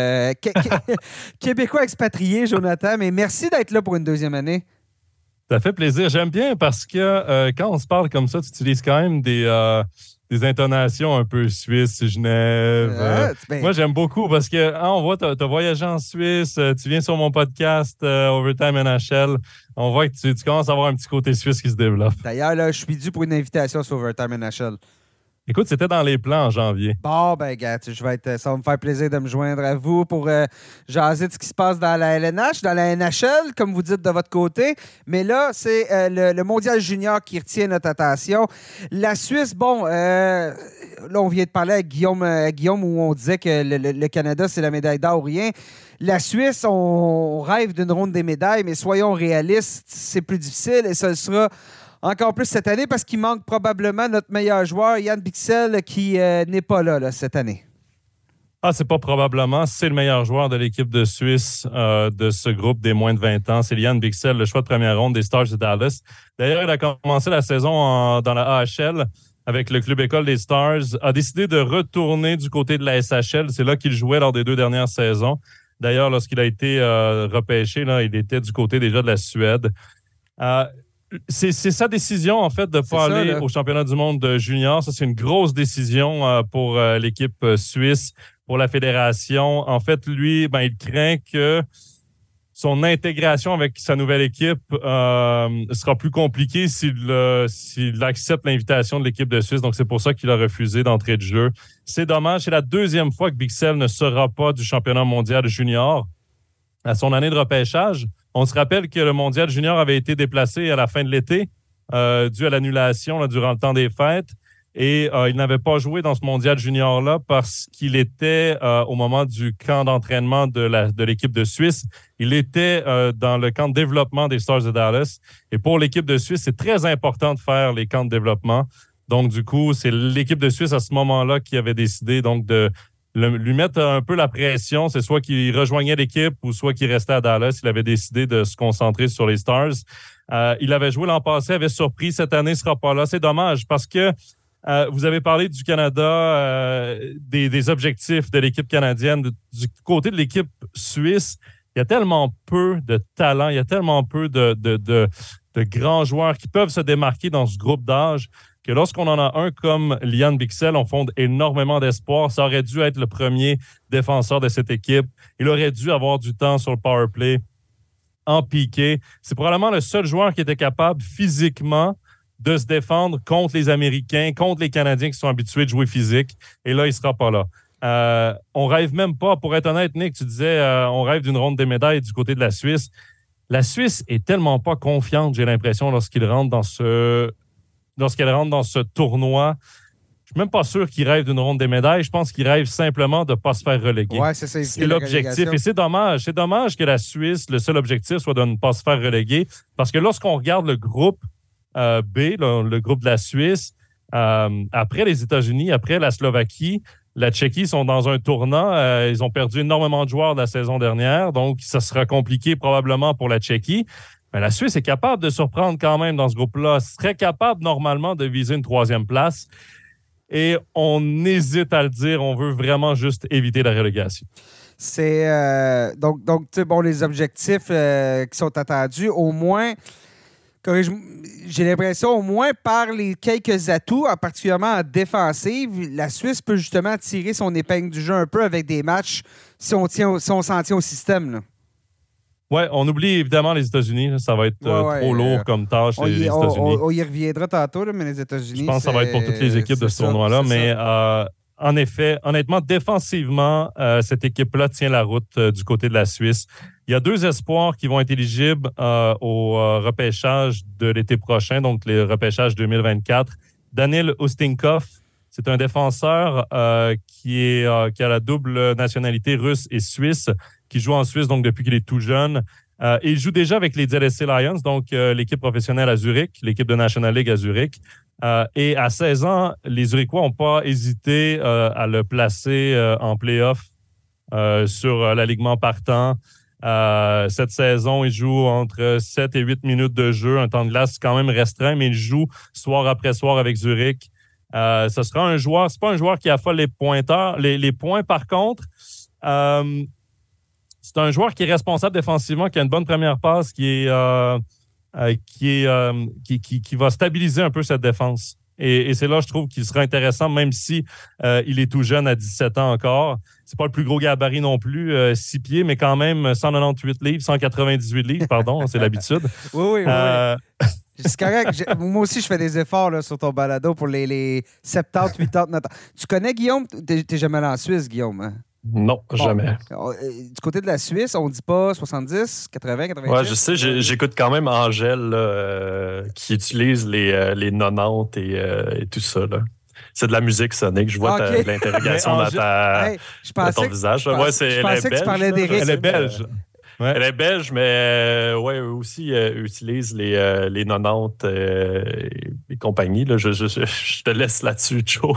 Québécois expatrié, Jonathan. Mais merci d'être là pour une deuxième année. Ça fait plaisir. J'aime bien parce que quand on se parle comme ça, tu utilises quand même des intonations un peu suisses, Genève. Moi, j'aime beaucoup parce que on voit, tu as voyagé en Suisse, tu viens sur mon podcast Overtime NHL. On voit que tu commences à avoir un petit côté suisse qui se développe. D'ailleurs, là, je suis dû pour une invitation sur Overtime NHL. Écoute, c'était dans les plans en janvier. Bon, ben, gars, ça va me faire plaisir de me joindre à vous pour jaser de ce qui se passe dans la LNH, dans la NHL, comme vous dites de votre côté. Mais là, c'est le Mondial Junior qui retient notre attention. La Suisse, bon, là, on vient de parler avec Guillaume où on disait que le Canada, c'est la médaille d'or ou rien. La Suisse, on rêve d'une ronde des médailles, mais soyons réalistes, c'est plus difficile et ce sera encore plus cette année parce qu'il manque probablement notre meilleur joueur, Jan Bichsel, qui n'est pas là cette année. Ah, c'est pas probablement. C'est le meilleur joueur de l'équipe de Suisse de ce groupe des moins de 20 ans. C'est Jan Bichsel, le choix de première ronde des Stars de Dallas. D'ailleurs, il a commencé la saison dans la AHL avec le club école des Stars. A décidé de retourner du côté de la SHL. C'est là qu'il jouait lors des 2 dernières saisons. D'ailleurs, lorsqu'il a été repêché, là, il était du côté déjà de la Suède. C'est sa décision, en fait, de ne pas aller au championnat du monde junior. Ça, c'est une grosse décision pour l'équipe suisse, pour la fédération. En fait, lui, il craint que son intégration avec sa nouvelle équipe sera plus compliquée s'il accepte l'invitation de l'équipe de Suisse. Donc, c'est pour ça qu'il a refusé d'entrée de jeu. C'est dommage. C'est la deuxième fois que Bichsel ne sera pas du championnat mondial junior à son année de repêchage. On se rappelle que le mondial junior avait été déplacé à la fin de l'été dû à l'annulation là, durant le temps des fêtes. Et il n'avait pas joué dans ce mondial junior-là parce qu'il était, au moment du camp d'entraînement de l'équipe de Suisse, il était dans le camp de développement des Stars de Dallas. Et pour l'équipe de Suisse, c'est très important de faire les camps de développement. Donc, du coup, c'est l'équipe de Suisse à ce moment-là qui avait décidé donc de lui mettre un peu la pression. C'est soit qu'il rejoignait l'équipe ou soit qu'il restait à Dallas. Il avait décidé de se concentrer sur les Stars. Il avait joué l'an passé, avait surpris. Cette année, il ne sera pas là. C'est dommage parce que vous avez parlé du Canada, des objectifs de l'équipe canadienne. Du côté de l'équipe suisse, il y a tellement peu de talent, il y a tellement peu de grands joueurs qui peuvent se démarquer dans ce groupe d'âge que lorsqu'on en a un comme Jan Bichsel, on fonde énormément d'espoir. Ça aurait dû être le premier défenseur de cette équipe. Il aurait dû avoir du temps sur le power play en piqué. C'est probablement le seul joueur qui était capable physiquement de se défendre contre les Américains, contre les Canadiens qui sont habitués de jouer physique. Et là, il ne sera pas là. On rêve même pas, pour être honnête, Nick, tu disais on rêve d'une ronde des médailles du côté de la Suisse. La Suisse est tellement pas confiante, j'ai l'impression, lorsqu'elle rentre dans ce tournoi. Je suis même pas sûr qu'ils rêvent d'une ronde des médailles. Je pense qu'ils rêvent simplement de ne pas se faire reléguer. Ouais, c'est l'objectif. Et c'est dommage. C'est dommage que la Suisse, le seul objectif soit de ne pas se faire reléguer. Parce que lorsqu'on regarde le groupe B, le groupe de la Suisse, après les États-Unis, après la Slovaquie, la Tchéquie sont dans un tournant. Ils ont perdu énormément de joueurs de la saison dernière. Donc, ça sera compliqué probablement pour la Tchéquie. Mais la Suisse est capable de surprendre quand même dans ce groupe-là. Serait capable normalement de viser une 3e place. Et on hésite à le dire. On veut vraiment juste éviter la relégation. C'est donc les objectifs qui sont attendus, au moins, j'ai l'impression, au moins par les quelques atouts, particulièrement en défensive, la Suisse peut justement tirer son épingle du jeu un peu avec des matchs si on s'en tient au système, là. Oui, on oublie évidemment les États-Unis. Ça va être trop lourd comme tâche, les États-Unis. On y reviendra tantôt, là, mais les États-Unis... Je pense que ça va être pour toutes les équipes de ce tournoi-là. Mais en effet, honnêtement, défensivement, cette équipe-là tient la route du côté de la Suisse. Il y a 2 espoirs qui vont être éligibles au repêchage de l'été prochain, donc le repêchage 2024. Daniel Ustinkov, c'est un défenseur qui a la double nationalité russe et suisse, qui joue en Suisse donc depuis qu'il est tout jeune. Il joue déjà avec les ZSC Lions, donc l'équipe professionnelle à Zurich, l'équipe de National League à Zurich. Et à 16 ans, les Zurichois n'ont pas hésité à le placer en play-off sur l'alignement partant. Cette saison, il joue entre 7 et 8 minutes de jeu, un temps de glace quand même restreint, mais il joue soir après soir avec Zurich. Ce sera un joueur, c'est pas un joueur qui affole les pointeurs. Les points, par contre, c'est un joueur qui est responsable défensivement, qui a une bonne première passe, qui va stabiliser un peu cette défense. Et c'est là, je trouve, qu'il sera intéressant, même si il est tout jeune à 17 ans encore. C'est pas le plus gros gabarit non plus, 6 pieds, mais quand même 198 livres, 198 livres, pardon, c'est l'habitude. Oui. C'est correct. Moi aussi, je fais des efforts là, sur ton balado pour les 70, 80, 90. Tu connais Guillaume? T'es jamais allé en Suisse, Guillaume? Hein? Non, jamais. Du côté de la Suisse, on ne dit pas 70, 80, 90? Ouais, je sais, j'écoute quand même Angèle là, qui utilise les 90 et tout ça. Là. C'est de la musique sonique. Je vois l'interrogation dans ton visage. Je pensais que tu parlais d'Éric. Elle est belge. Ouais. Elle est belge, mais eux aussi utilisent les 90 et compagnie. Là. Je te laisse là-dessus, Joe.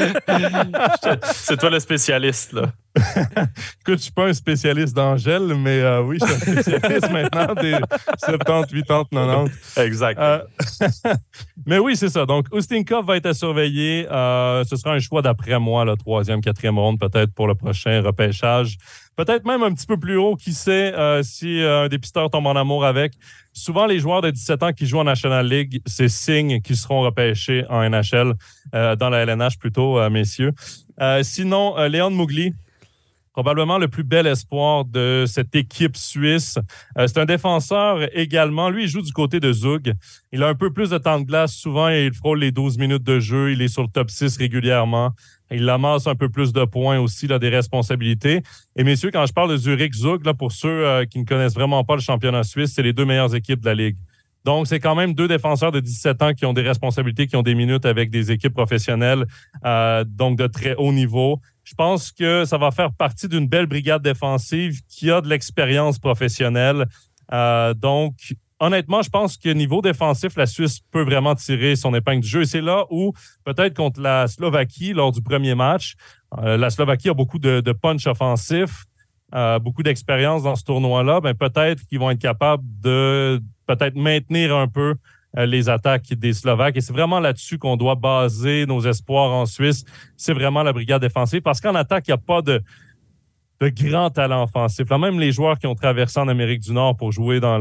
C'est toi le spécialiste. Là. Écoute, je ne suis pas un spécialiste d'Angèle, mais oui, je suis un spécialiste maintenant des 70, 80, 90. Exact. Mais oui, c'est ça. Donc, Ustinkov va être à surveiller. Ce sera un choix d'après moi, la 3e, 4e ronde, peut-être pour le prochain repêchage. Peut-être même un petit peu plus haut, qui sait, si un dépisteur tombe en amour avec. Souvent, les joueurs de 17 ans qui jouent en National League, c'est signe qu'ils seront repêchés en NHL, dans la LNH plutôt, messieurs. Sinon, Léon Mugli, probablement le plus bel espoir de cette équipe suisse. C'est un défenseur également. Lui, il joue du côté de Zug. Il a un peu plus de temps de glace. Souvent, il frôle les 12 minutes de jeu. Il est sur le top 6 régulièrement. Il amasse un peu plus de points aussi, là, des responsabilités. Et messieurs, quand je parle de Zurich-Zug, là, pour ceux qui ne connaissent vraiment pas le championnat suisse, c'est les 2 meilleures équipes de la Ligue. Donc, c'est quand même 2 défenseurs de 17 ans qui ont des responsabilités, qui ont des minutes avec des équipes professionnelles, donc de très haut niveau. Je pense que ça va faire partie d'une belle brigade défensive qui a de l'expérience professionnelle. Donc, honnêtement, je pense que niveau défensif, la Suisse peut vraiment tirer son épingle du jeu. Et c'est là où, peut-être contre la Slovaquie, lors du premier match, la Slovaquie a beaucoup de punch offensif, beaucoup d'expérience dans ce tournoi-là. Ben, peut-être qu'ils vont être capables de peut-être maintenir un peu les attaques des Slovaques. Et c'est vraiment là-dessus qu'on doit baser nos espoirs en Suisse. C'est vraiment la brigade défensive. Parce qu'en attaque, il n'y a pas de grands talents offensifs. Là, même les joueurs qui ont traversé en Amérique du Nord pour jouer dans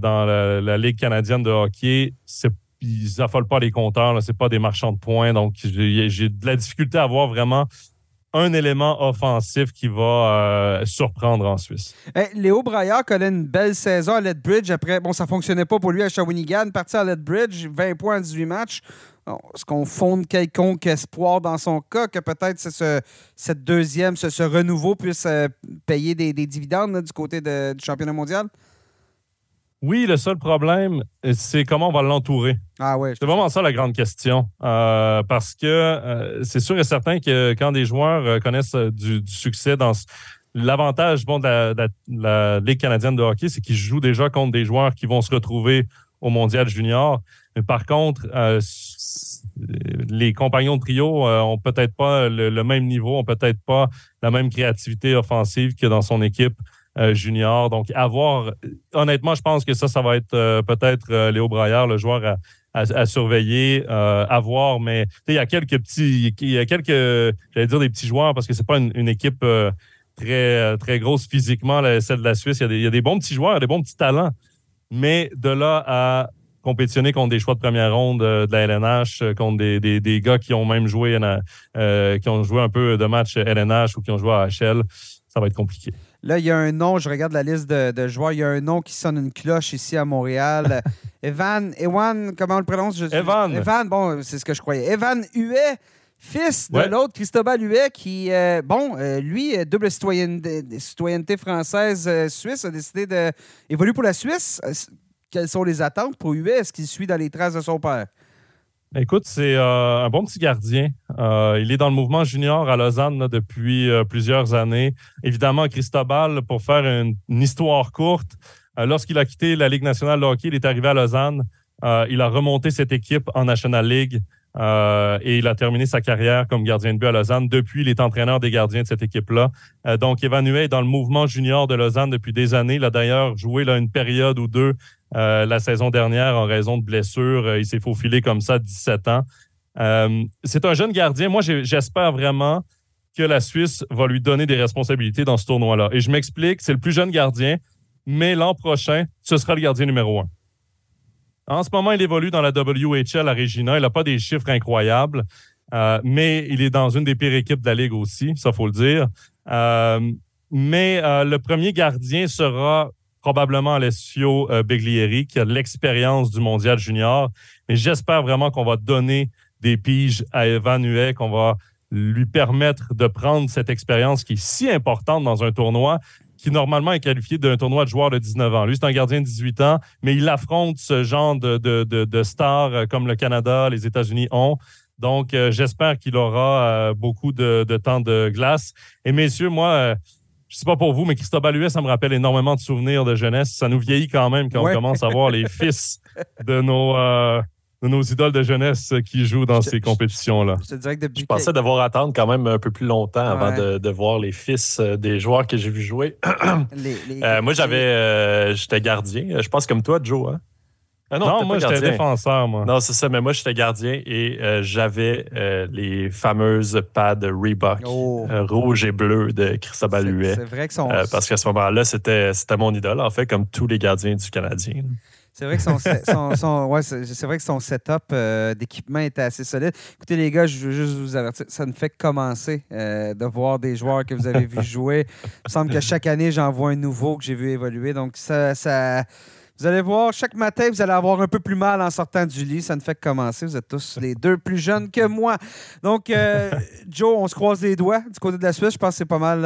la Ligue canadienne de hockey, ils n'affolent pas les compteurs. Ce n'est pas des marchands de points. Donc, j'ai de la difficulté à voir vraiment un élément offensif qui va surprendre en Suisse. Léo Braillard connaît une belle saison à Lethbridge. Après, bon, ça ne fonctionnait pas pour lui à Shawinigan. Parti à Lethbridge, 20 points en 18 matchs. Est-ce qu'on fonde quelconque espoir dans son cas que peut-être cette deuxième, ce renouveau puisse payer des dividendes là, du côté du championnat mondial? Oui, le seul problème, c'est comment on va l'entourer. Ah ouais, c'est vraiment ça la grande question. Parce que c'est sûr et certain que quand des joueurs connaissent du succès dans l'avantage de la Ligue canadienne de hockey, c'est qu'ils jouent déjà contre des joueurs qui vont se retrouver au Mondial junior. Mais par contre, les compagnons de trio ont peut-être pas le même niveau, ont peut-être pas la même créativité offensive que dans son équipe junior. Donc, honnêtement, je pense que ça va être peut-être Léo Braillard, le joueur à surveiller, à voir. Mais il y a quelques j'allais dire des petits joueurs, parce que c'est pas une équipe très, très grosse physiquement, celle de la Suisse. Il y a des bons petits joueurs, des bons petits talents. Mais de là à compétitionner contre des choix de première ronde de la LNH, contre des gars qui ont même joué qui ont joué un peu de matchs LNH ou qui ont joué à HL, ça va être compliqué. Là, il y a un nom, je regarde la liste de joueurs, il y a un nom qui sonne une cloche ici à Montréal. Evan, comment on le prononce? Evan. Evan, bon, c'est ce que je croyais. Evan Huet, fils de l'autre, Cristobal Huet, qui, lui, double citoyenneté française-suisse, a décidé d'évoluer pour la Suisse. Quelles sont les attentes pour Huet? Est-ce qu'il suit dans les traces de son père? Écoute, c'est un bon petit gardien. Il est dans le mouvement junior à Lausanne là, depuis plusieurs années. Évidemment, Cristobal, pour faire une histoire courte, lorsqu'il a quitté la Ligue nationale de hockey, il est arrivé à Lausanne. Il a remonté cette équipe en National League et il a terminé sa carrière comme gardien de but à Lausanne. Depuis, il est entraîneur des gardiens de cette équipe-là. Donc, Evan Huet est dans le mouvement junior de Lausanne depuis des années. Il a d'ailleurs joué là, une période ou deux la saison dernière en raison de blessures. Il s'est faufilé comme ça à 17 ans. C'est un jeune gardien. Moi, j'espère vraiment que la Suisse va lui donner des responsabilités dans ce tournoi-là. Et je m'explique, c'est le plus jeune gardien, mais l'an prochain, ce sera le gardien numéro 1. En ce moment, il évolue dans la WHL à Regina. Il n'a pas des chiffres incroyables, mais il est dans une des pires équipes de la Ligue aussi, ça, il faut le dire. Mais le premier gardien sera probablement Alessio Beglieri, qui a l'expérience du mondial junior. Mais j'espère vraiment qu'on va donner des piges à Evan Huet, qu'on va lui permettre de prendre cette expérience qui est si importante dans un tournoi qui normalement est qualifié d'un tournoi de joueurs de 19 ans. Lui, c'est un gardien de 18 ans, mais il affronte ce genre de stars comme le Canada, les États-Unis ont. Donc, j'espère qu'il aura beaucoup de temps de glace. Et messieurs, moi, je ne sais pas pour vous, mais Cristobal Huet, ça me rappelle énormément de souvenirs de jeunesse. Ça nous vieillit quand même quand on commence à voir les fils de nos idoles de jeunesse qui jouent dans ces compétitions-là. Je pensais devoir attendre quand même un peu plus longtemps avant de voir les fils des joueurs que j'ai vu jouer. Moi, j'étais gardien. Je pense comme toi, Joe. Hein? Non, moi, j'étais défenseur, moi. Non, c'est ça, mais moi, j'étais gardien et j'avais les fameuses pads Reebok rouge et bleu de Cristobal Huet. C'est vrai que son... parce qu'à ce moment-là, c'était mon idole, en fait, comme tous les gardiens du Canadien. C'est vrai que son setup d'équipement était assez solide. Écoutez, les gars, je veux juste vous avertir, ça ne fait que commencer de voir des joueurs que vous avez vus jouer. Il me semble que chaque année, j'en vois un nouveau que j'ai vu évoluer. Donc, vous allez voir, chaque matin, vous allez avoir un peu plus mal en sortant du lit. Ça ne fait que commencer. Vous êtes tous les deux plus jeunes que moi. Donc, Joe, on se croise les doigts. Du côté de la Suisse, je pense que c'est pas mal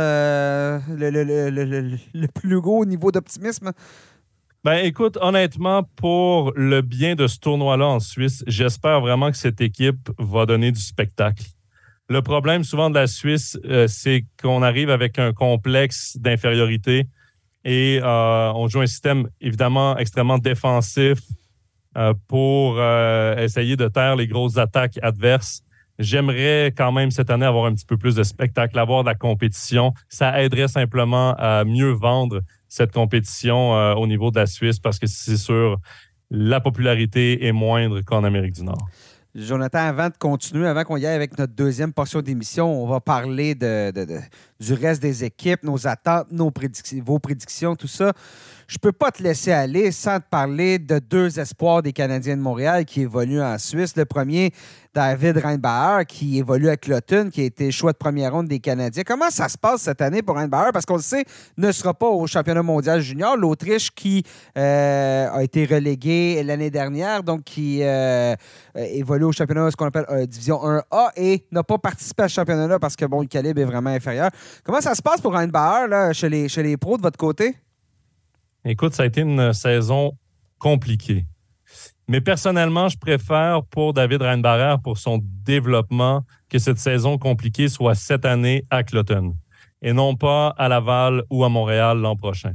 le plus gros niveau d'optimisme. Ben, écoute, honnêtement, pour le bien de ce tournoi-là en Suisse, j'espère vraiment que cette équipe va donner du spectacle. Le problème souvent de la Suisse, c'est qu'on arrive avec un complexe d'infériorité et on joue un système évidemment extrêmement défensif pour essayer de taire les grosses attaques adverses. J'aimerais quand même cette année avoir un petit peu plus de spectacle, avoir de la compétition. Ça aiderait simplement à mieux vendre cette compétition au niveau de la Suisse parce que c'est sûr, la popularité est moindre qu'en Amérique du Nord. Jonathan, avant de continuer, avant qu'on y aille avec notre deuxième portion d'émission, on va parler du reste des équipes, nos attentes, vos prédictions, tout ça. Je ne peux pas te laisser aller sans te parler de deux espoirs des Canadiens de Montréal qui évoluent en Suisse. Le premier, David Reinbauer, qui évolue à Cloton, qui a été choix de première ronde des Canadiens. Comment ça se passe cette année pour Reinbauer? Parce qu'on le sait, ne sera pas au championnat mondial junior. L'Autriche qui a été reléguée l'année dernière, donc qui évolue au championnat, ce qu'on appelle Division 1A, et n'a pas participé à ce championnat-là parce que le calibre est vraiment inférieur. Comment ça se passe pour Reinbauer là, chez les pros de votre côté? Écoute, ça a été une saison compliquée. Mais personnellement, je préfère pour David Reinbauer, pour son développement, que cette saison compliquée soit cette année à Cloton et non pas à Laval ou à Montréal l'an prochain.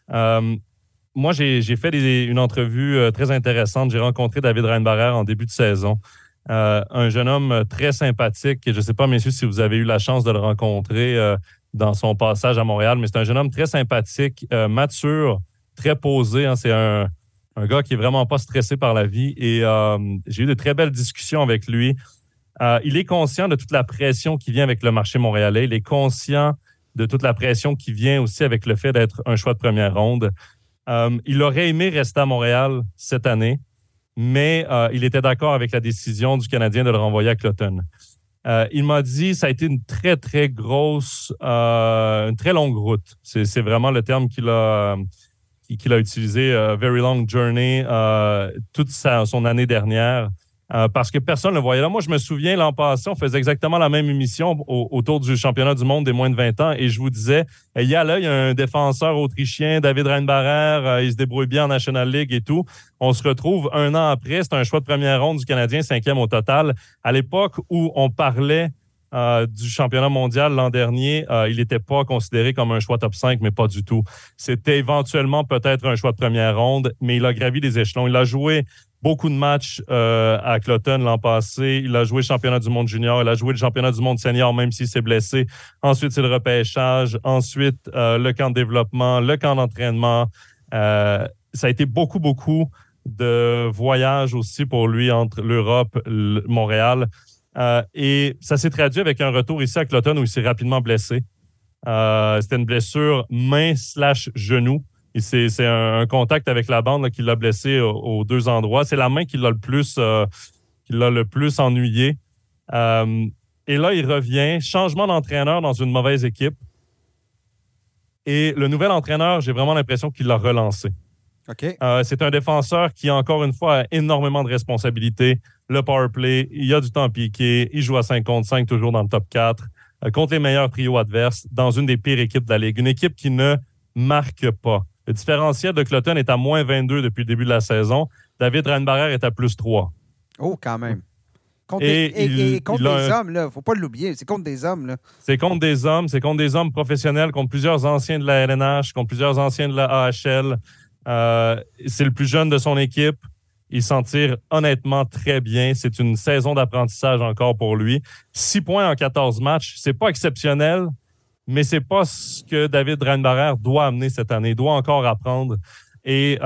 Moi, j'ai fait une entrevue très intéressante. J'ai rencontré David Reinbauer en début de saison. Un jeune homme très sympathique. Je ne sais pas, messieurs, si vous avez eu la chance de le rencontrer dans son passage à Montréal, mais c'est un jeune homme très sympathique, mature, très posé. Hein. C'est un gars qui est vraiment pas stressé par la vie et j'ai eu de très belles discussions avec lui. Il est conscient de toute la pression qui vient avec le marché montréalais. Il est conscient de toute la pression qui vient aussi avec le fait d'être un choix de première ronde. Il aurait aimé rester à Montréal cette année, mais il était d'accord avec la décision du Canadien de le renvoyer à Cloton. Il m'a dit ça a été une très, très grosse, une très longue route. C'est vraiment le terme qu'il a utilisé, very long journey, toute son année dernière. parce que personne ne le voyait là. Moi, je me souviens, l'an passé, on faisait exactement la même émission autour du championnat du monde des moins de 20 ans et je vous disais, il y a un défenseur autrichien, David Reinbarer, il se débrouille bien en National League et tout. On se retrouve un an après, c'est un choix de première ronde du Canadien, 5e au total. À l'époque où on parlait du championnat mondial l'an dernier, il n'était pas considéré comme un choix top 5, mais pas du tout. C'était éventuellement peut-être un choix de première ronde, mais il a gravi les échelons. Il a joué beaucoup de matchs à Cloton l'an passé. Il a joué le championnat du monde junior. Il a joué le championnat du monde senior, même s'il s'est blessé. Ensuite, c'est le repêchage. Ensuite, le camp de développement, le camp d'entraînement. Ça a été beaucoup de voyages aussi pour lui entre l'Europe et Montréal. Et ça s'est traduit avec un retour ici à Cloton où il s'est rapidement blessé. C'était une blessure main/genou. Et c'est un contact avec la bande là, qui l'a blessé aux deux endroits. C'est la main qui l'a le plus ennuyé. Et là, il revient. Changement d'entraîneur dans une mauvaise équipe. Et le nouvel entraîneur, j'ai vraiment l'impression qu'il l'a relancé. OK. C'est un défenseur qui, encore une fois, a énormément de responsabilités. Le power play, il a du temps piqué. Il joue à 5 contre 5, toujours dans le top 4, contre les meilleurs trios adverses, dans une des pires équipes de la Ligue. Une équipe qui ne marque pas. Le différentiel de Cloton est à moins 22 depuis le début de la saison. David Reinbarer est à plus 3. Oh, quand même. Contre des hommes, là. Faut pas l'oublier. C'est contre des hommes, là. C'est contre des hommes. C'est contre des hommes professionnels, contre plusieurs anciens de la LNH, contre plusieurs anciens de la AHL. C'est le plus jeune de son équipe. Il s'en tire honnêtement très bien. C'est une saison d'apprentissage encore pour lui. 6 points en 14 matchs. C'est pas exceptionnel, mais c'est pas ce que David Reinbarer doit amener cette année. Il doit encore apprendre. Et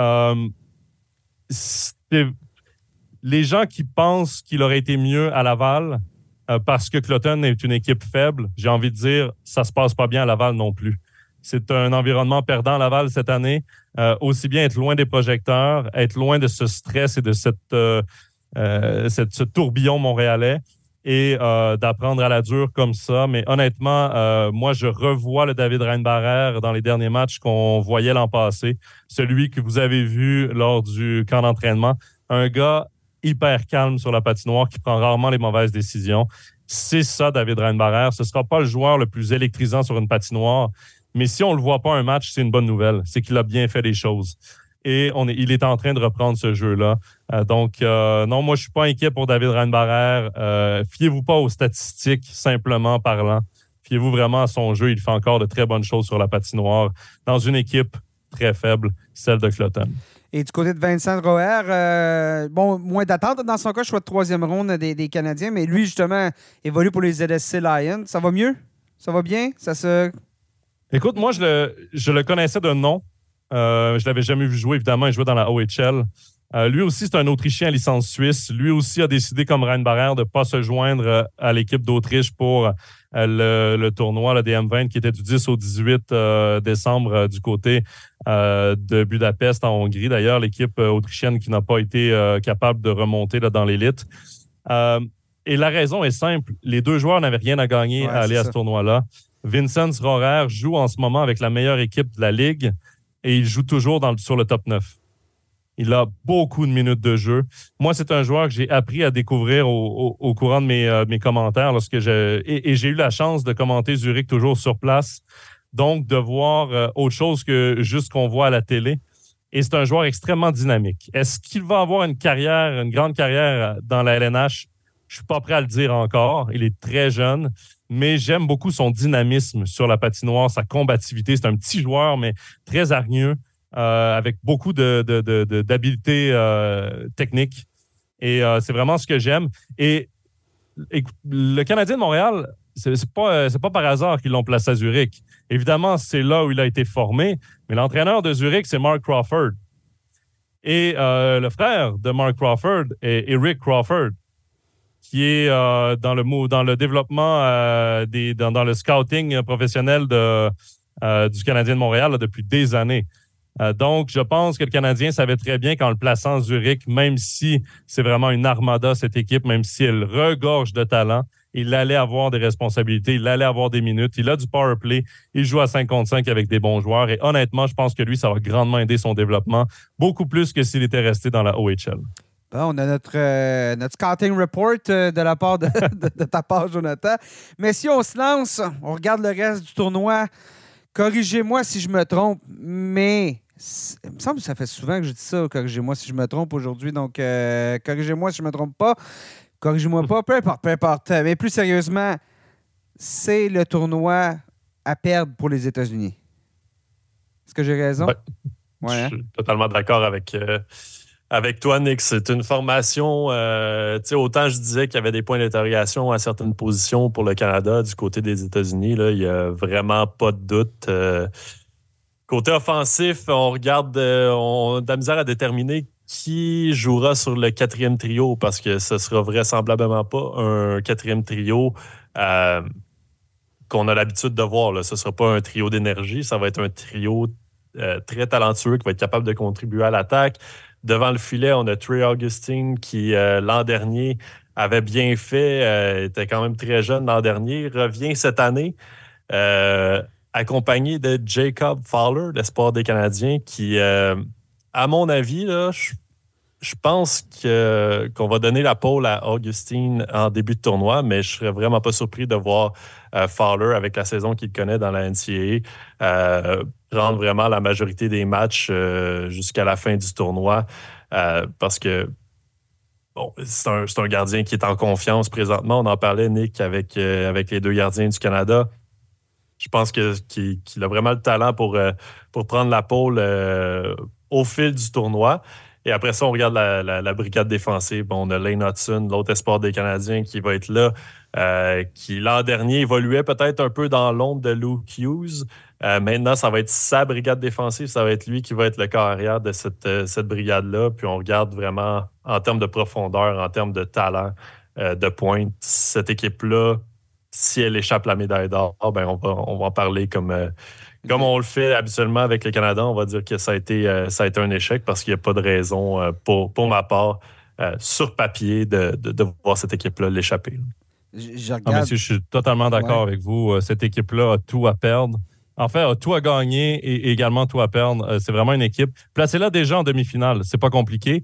les gens qui pensent qu'il aurait été mieux à Laval parce que Cloton est une équipe faible, j'ai envie de dire, ça se passe pas bien à Laval non plus. C'est un environnement perdant à Laval cette année. Aussi bien être loin des projecteurs, être loin de ce stress et de ce tourbillon montréalais et d'apprendre à la dure comme ça. Mais honnêtement, moi, je revois le David Reinbarer dans les derniers matchs qu'on voyait l'an passé. Celui que vous avez vu lors du camp d'entraînement. Un gars hyper calme sur la patinoire qui prend rarement les mauvaises décisions. C'est ça, David Reinbarer. Ce ne sera pas le joueur le plus électrisant sur une patinoire. Mais si on ne le voit pas un match, c'est une bonne nouvelle. C'est qu'il a bien fait les choses. Et il est en train de reprendre ce jeu-là. Donc, non, moi, je ne suis pas inquiet pour David Reinbarer. Fiez-vous pas aux statistiques, simplement parlant. Fiez-vous vraiment à son jeu. Il fait encore de très bonnes choses sur la patinoire dans une équipe très faible, celle de Cloton. Et du côté de Vincent Roer, moins d'attente dans son cas, choix de 3e ronde des Canadiens, mais lui, justement, évolue pour les ZSC Lions. Ça va mieux? Ça va bien? Écoute, moi, je le connaissais de nom. Je l'avais jamais vu jouer, évidemment. Il jouait dans la OHL. Lui aussi, c'est un Autrichien à licence suisse. Lui aussi a décidé, comme Reinbarer, de ne pas se joindre à l'équipe d'Autriche pour le tournoi des M20 qui était du 10 au 18 décembre du côté de Budapest en Hongrie. D'ailleurs, l'équipe autrichienne qui n'a pas été capable de remonter là, dans l'élite. Et la raison est simple. Les deux joueurs n'avaient rien à gagner à aller à ce tournoi-là. Vincent Roer joue en ce moment avec la meilleure équipe de la Ligue et il joue toujours sur le top 9. Il a beaucoup de minutes de jeu. Moi, c'est un joueur que j'ai appris à découvrir au courant de mes commentaires et j'ai eu la chance de commenter Zurich toujours sur place. Donc, de voir autre chose que juste ce qu'on voit à la télé. Et c'est un joueur extrêmement dynamique. Est-ce qu'il va avoir une grande carrière dans la LNH? Je suis pas prêt à le dire encore. Il est très jeune. Mais j'aime beaucoup son dynamisme sur la patinoire, sa combativité. C'est un petit joueur, mais très hargneux, avec beaucoup d'habileté technique. Et c'est vraiment ce que j'aime. Et le Canadien de Montréal, c'est pas par hasard qu'ils l'ont placé à Zurich. Évidemment, c'est là où il a été formé, mais l'entraîneur de Zurich, c'est Mark Crawford. Et le frère de Mark Crawford est Eric Crawford, qui est dans le développement, dans le scouting professionnel du Canadien de Montréal là, depuis des années. Donc, je pense que le Canadien savait très bien qu'en le plaçant à Zurich, même si c'est vraiment une armada, cette équipe, même si elle regorge de talent, il allait avoir des responsabilités, il allait avoir des minutes, il a du power play, il joue à 5 contre 5 avec des bons joueurs et honnêtement, je pense que lui, ça va grandement aider son développement, beaucoup plus que s'il était resté dans la OHL. Bon, on a notre scouting report de la part de ta part, Jonathan. Mais si on se lance, on regarde le reste du tournoi. Corrigez-moi si je me trompe, mais il me semble que ça fait souvent que je dis ça. Corrigez-moi si je me trompe aujourd'hui. Donc, corrigez-moi si je ne me trompe pas. Corrigez-moi pas. Peu importe. Mais plus sérieusement, c'est le tournoi à perdre pour les États-Unis. Est-ce que j'ai raison? Ouais. Ouais, Je suis totalement d'accord avec toi, Nick. C'est une formation. Autant je disais qu'il y avait des points d'interrogation à certaines positions pour le Canada du côté des États-Unis. Là, il n'y a vraiment pas de doute. Côté offensif, on regarde, on a de la misère à déterminer qui jouera sur le quatrième trio parce que ce sera vraisemblablement pas un quatrième trio qu'on a l'habitude de voir. Là. Ce ne sera pas un trio d'énergie, ça va être un trio très talentueux qui va être capable de contribuer à l'attaque. Devant le filet, on a Trey Augustine qui, l'an dernier, avait bien fait, était quand même très jeune l'an dernier, revient cette année, accompagné de Jacob Fowler, l'espoir des Canadiens, qui, à mon avis, là, je pense qu'on va donner la pole à Augustine en début de tournoi, mais je serais vraiment pas surpris de voir Fowler, avec la saison qu'il connaît dans la NCAA, prendre vraiment la majorité des matchs jusqu'à la fin du tournoi, parce que bon, c'est un gardien qui est en confiance présentement. On en parlait, Nick, avec les deux gardiens du Canada. Je pense qu'il a vraiment le talent pour prendre la pole au fil du tournoi. Et après ça, on regarde la brigade défensive. Bon, on a Lane Hudson, l'autre espoir des Canadiens, qui va être là, qui l'an dernier évoluait peut-être un peu dans l'ombre de Luke Hughes. Maintenant, ça va être sa brigade défensive. Ça va être lui qui va être le corps arrière de cette brigade-là. Puis on regarde vraiment en termes de profondeur, en termes de talent de pointe. Cette équipe-là, si elle échappe la médaille d'or, ben on va en parler comme on le fait habituellement avec le Canada. On va dire que ça a été un échec parce qu'il n'y a pas de raison, pour ma part, sur papier, de voir cette équipe-là l'échapper. Je regarde... Ah, monsieur, je suis totalement d'accord avec vous. Cette équipe-là a tout à perdre. En fait, a tout à gagner et également tout à perdre. C'est vraiment une équipe. Placez-la déjà en demi-finale. C'est pas compliqué.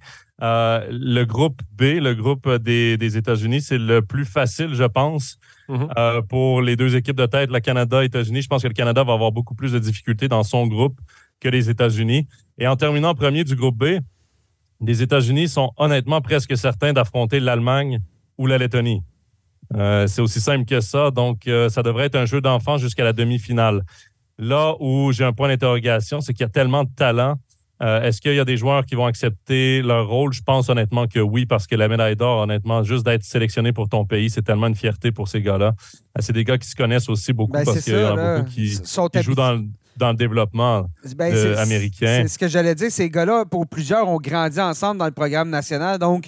Le groupe B, le groupe des États-Unis, c'est le plus facile, je pense, pour les deux équipes de tête, le Canada et les États-Unis. Je pense que le Canada va avoir beaucoup plus de difficultés dans son groupe que les États-Unis. Et en terminant premier du groupe B, les États-Unis sont honnêtement presque certains d'affronter l'Allemagne ou la Lettonie. C'est aussi simple que ça. Donc, ça devrait être un jeu d'enfant jusqu'à la demi-finale. Là où j'ai un point d'interrogation, c'est qu'il y a tellement de talent. Est-ce qu'il y a des joueurs qui vont accepter leur rôle? Je pense honnêtement que oui, parce que la médaille d'or, honnêtement, juste d'être sélectionné pour ton pays, c'est tellement une fierté pour ces gars-là. C'est des gars qui se connaissent aussi beaucoup parce qu'il y en a beaucoup qui jouent dans le développement américain. C'est ce que j'allais dire. Ces gars-là, pour plusieurs, ont grandi ensemble dans le programme national. Donc,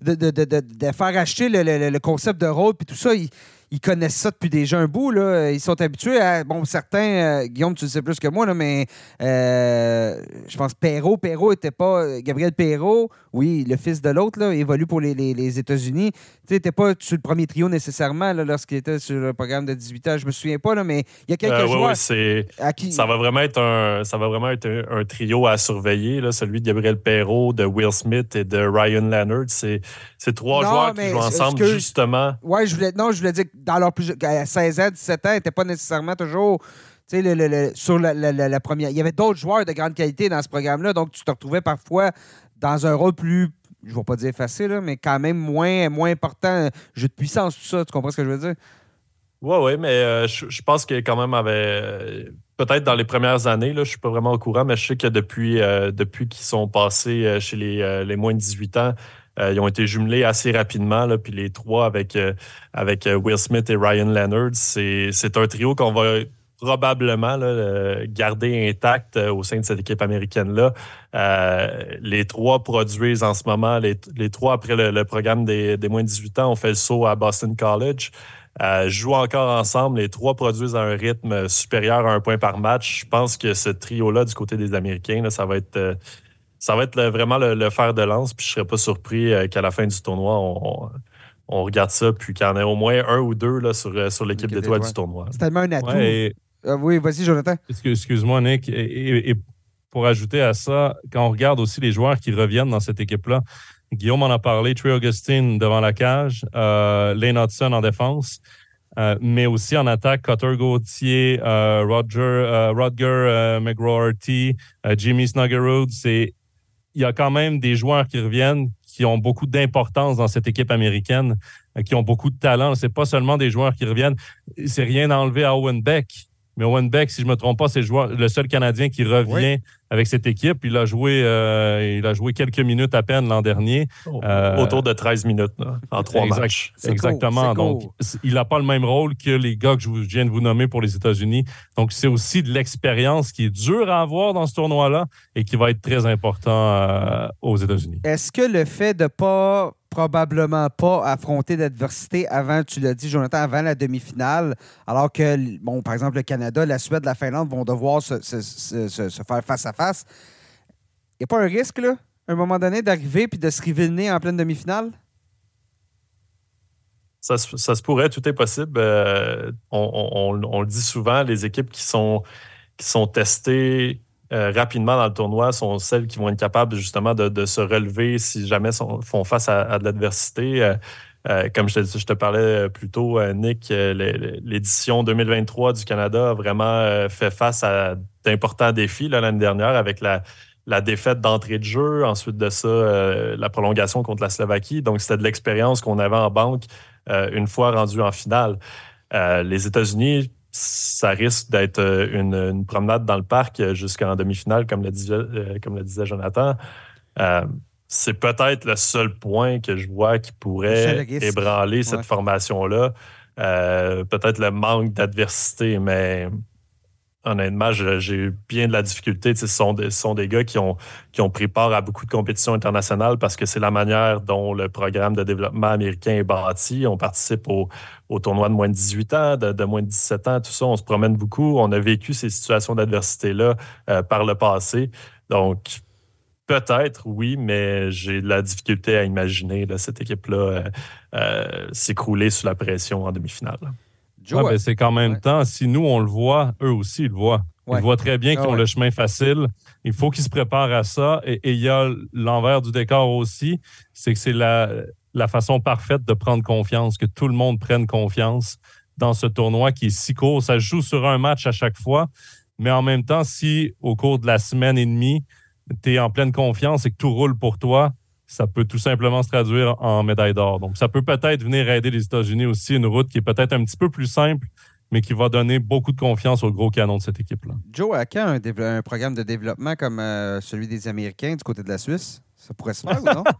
de faire acheter le concept de rôle puis tout ça, ils connaissent ça depuis déjà un bout. Là. Ils sont habitués à... Bon, certains... Guillaume, tu le sais plus que moi, là, mais je pense Perrault était pas... Gabriel Perrault, oui, le fils de l'autre, là, évolue pour les États-Unis. Tu sais, n'était pas sur le premier trio nécessairement là, lorsqu'il était sur le programme de 18 ans. Je me souviens pas, là, mais il y a quelques joueurs... à qui... Ça va vraiment être un trio à surveiller, là, celui de Gabriel Perrault, de Will Smith et de Ryan Leonard. C'est trois joueurs qui jouent ensemble, justement. Oui, je voulais dire que dans leur plus 16 ans, 17 ans, ils n'étaient pas nécessairement toujours sur la première. Il y avait d'autres joueurs de grande qualité dans ce programme-là, donc tu te retrouvais parfois dans un rôle plus, je ne vais pas dire facile, là, mais quand même moins important, jeu de puissance, tout ça. Tu comprends ce que je veux dire? Oui, mais je pense qu'il quand même avait... peut-être dans les premières années, là, je ne suis pas vraiment au courant, mais je sais que depuis qu'ils sont passés chez les moins de 18 ans, ils ont été jumelés assez rapidement, là, puis les trois avec Will Smith et Ryan Leonard, c'est un trio qu'on va probablement là, garder intact au sein de cette équipe américaine-là. Les trois produisent en ce moment, les trois après le programme des moins de 18 ans, ont fait le saut à Boston College. Jouent encore ensemble. Les trois produisent à un rythme supérieur à 1 point par match. Je pense que ce trio-là, du côté des Américains, là, ça va être vraiment le fer de lance. Puis je ne serais pas surpris qu'à la fin du tournoi, on regarde ça, puis qu'il y en ait au moins un ou deux là, sur l'équipe d'étoiles du tournoi. C'est tellement un atout. Ouais, oui, vas-y, Jonathan. Excuse-moi, Nick. Et pour ajouter à ça, quand on regarde aussi les joueurs qui reviennent dans cette équipe-là, Guillaume en a parlé, Trey Augustine devant la cage, Lane Hudson en défense, mais aussi en attaque, Cutter Gauthier, Rodger McGroarty, Jimmy Snuggerud. Il y a quand même des joueurs qui reviennent, qui ont beaucoup d'importance dans cette équipe américaine, qui ont beaucoup de talent. C'est pas seulement des joueurs qui reviennent. C'est rien à enlever à Owen Beck. Mais Owen Beck, si je ne me trompe pas, c'est le seul Canadien qui revient avec cette équipe. Il a joué quelques minutes à peine l'an dernier. Autour de 13 minutes là, en 3 matchs. Exactement. Donc, il n'a pas le même rôle que les gars que je viens de vous nommer pour les États-Unis. Donc, c'est aussi de l'expérience qui est dure à avoir dans ce tournoi-là et qui va être très important aux États-Unis. Est-ce que le fait de probablement pas affronter d'adversité avant, tu l'as dit, Jonathan, avant la demi-finale, alors que, bon, par exemple, le Canada, la Suède, la Finlande vont devoir se faire face à face. Il n'y a pas un risque, là, à un moment donné, d'arriver puis de se river le nez en pleine demi-finale? Ça se pourrait, tout est possible. On le dit souvent, les équipes qui sont testées rapidement dans le tournoi sont celles qui vont être capables justement de se relever si jamais font face à de l'adversité. Comme je te parlais plus tôt, Nick, l'édition 2023 du Canada a vraiment fait face à d'importants défis l'année dernière avec la défaite d'entrée de jeu, ensuite de ça, la prolongation contre la Slovaquie. Donc, c'était de l'expérience qu'on avait en banque une fois rendu en finale. Les États-Unis, ça risque d'être une promenade dans le parc jusqu'en demi-finale, comme le disait Jonathan. C'est peut-être le seul point que je vois qui pourrait ébranler cette formation-là. Peut-être le manque d'adversité, mais honnêtement, j'ai bien de la difficulté. Ce sont des gars qui ont pris part à beaucoup de compétitions internationales parce que c'est la manière dont le programme de développement américain est bâti. On participe au tournoi de moins de 18 ans, de moins de 17 ans, tout ça. On se promène beaucoup. On a vécu ces situations d'adversité-là par le passé. Donc, peut-être, oui, mais j'ai de la difficulté à imaginer cette équipe-là s'écrouler sous la pression en demi-finale. Ouais, c'est qu'en même temps, si nous, on le voit, eux aussi, ils le voient. Ils voient très bien qu'ils ont le chemin facile. Il faut qu'ils se préparent à ça. Et il y a l'envers du décor aussi, c'est que c'est la façon parfaite de prendre confiance, que tout le monde prenne confiance dans ce tournoi qui est si court. Ça se joue sur un match à chaque fois. Mais en même temps, si au cours de la semaine et demie, tu es en pleine confiance et que tout roule pour toi, ça peut tout simplement se traduire en médaille d'or. Donc, ça peut peut-être venir aider les États-Unis aussi, une route qui est peut-être un petit peu plus simple, mais qui va donner beaucoup de confiance au gros canon de cette équipe-là. Joe, à quand un programme de développement comme celui des Américains du côté de la Suisse? Ça pourrait se faire ou non?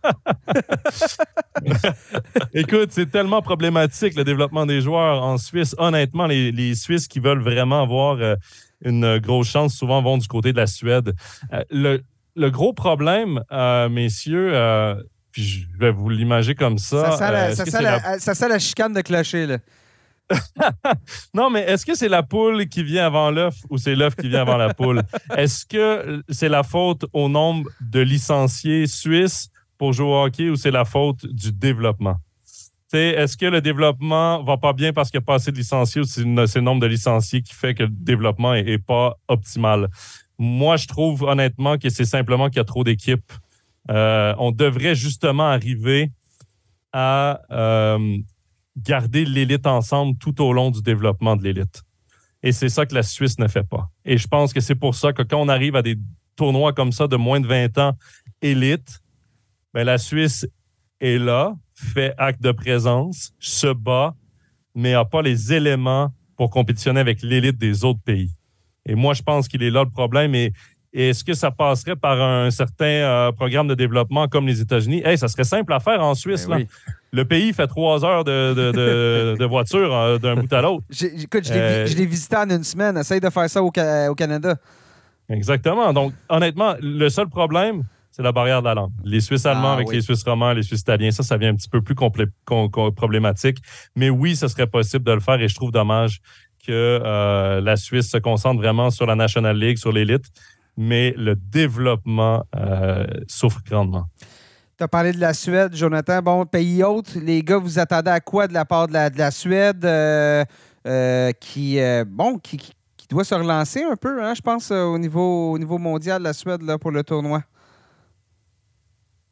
Écoute, c'est tellement problématique le développement des joueurs en Suisse. Honnêtement, les Suisses qui veulent vraiment avoir une grosse chance souvent vont du côté de la Suède. Le gros problème, messieurs, puis je vais vous l'imager comme ça. Ça sent la chicane de clocher, là. Non, mais est-ce que c'est la poule qui vient avant l'œuf ou c'est l'œuf qui vient avant la poule? Est-ce que c'est la faute au nombre de licenciés suisses pour jouer au hockey ou c'est la faute du développement? Est-ce que le développement va pas bien parce qu'il n'y a pas assez de licenciés ou c'est le nombre de licenciés qui fait que le développement n'est pas optimal? Moi, je trouve honnêtement que c'est simplement qu'il y a trop d'équipes. On devrait justement arriver à garder l'élite ensemble tout au long du développement de l'élite. Et c'est ça que la Suisse ne fait pas. Et je pense que c'est pour ça que quand on arrive à des tournois comme ça de moins de 20 ans élite, ben la Suisse est là, fait acte de présence, se bat, mais n'a pas les éléments pour compétitionner avec l'élite des autres pays. Et moi, je pense qu'il est là le problème. Et est-ce que ça passerait par un certain programme de développement comme les États-Unis? Ça serait simple à faire en Suisse. Là. Oui. Le pays fait 3 heures de voiture d'un bout à l'autre. Écoute, je l'ai visité en une semaine. Essaye de faire ça au Canada. Exactement. Donc, honnêtement, le seul problème, c'est la barrière de la langue. Les Suisses allemands avec les Suisses romands, les Suisses italiens, ça devient un petit peu plus problématique. Mais oui, ce serait possible de le faire et je trouve dommage que la Suisse se concentre vraiment sur la National League, sur l'élite, mais le développement souffre grandement. Tu as parlé de la Suède, Jonathan. Bon, pays hôte, les gars, vous attendez à quoi de la part de la Suède qui doit se relancer un peu, hein, je pense, au niveau mondial, la Suède, là, pour le tournoi?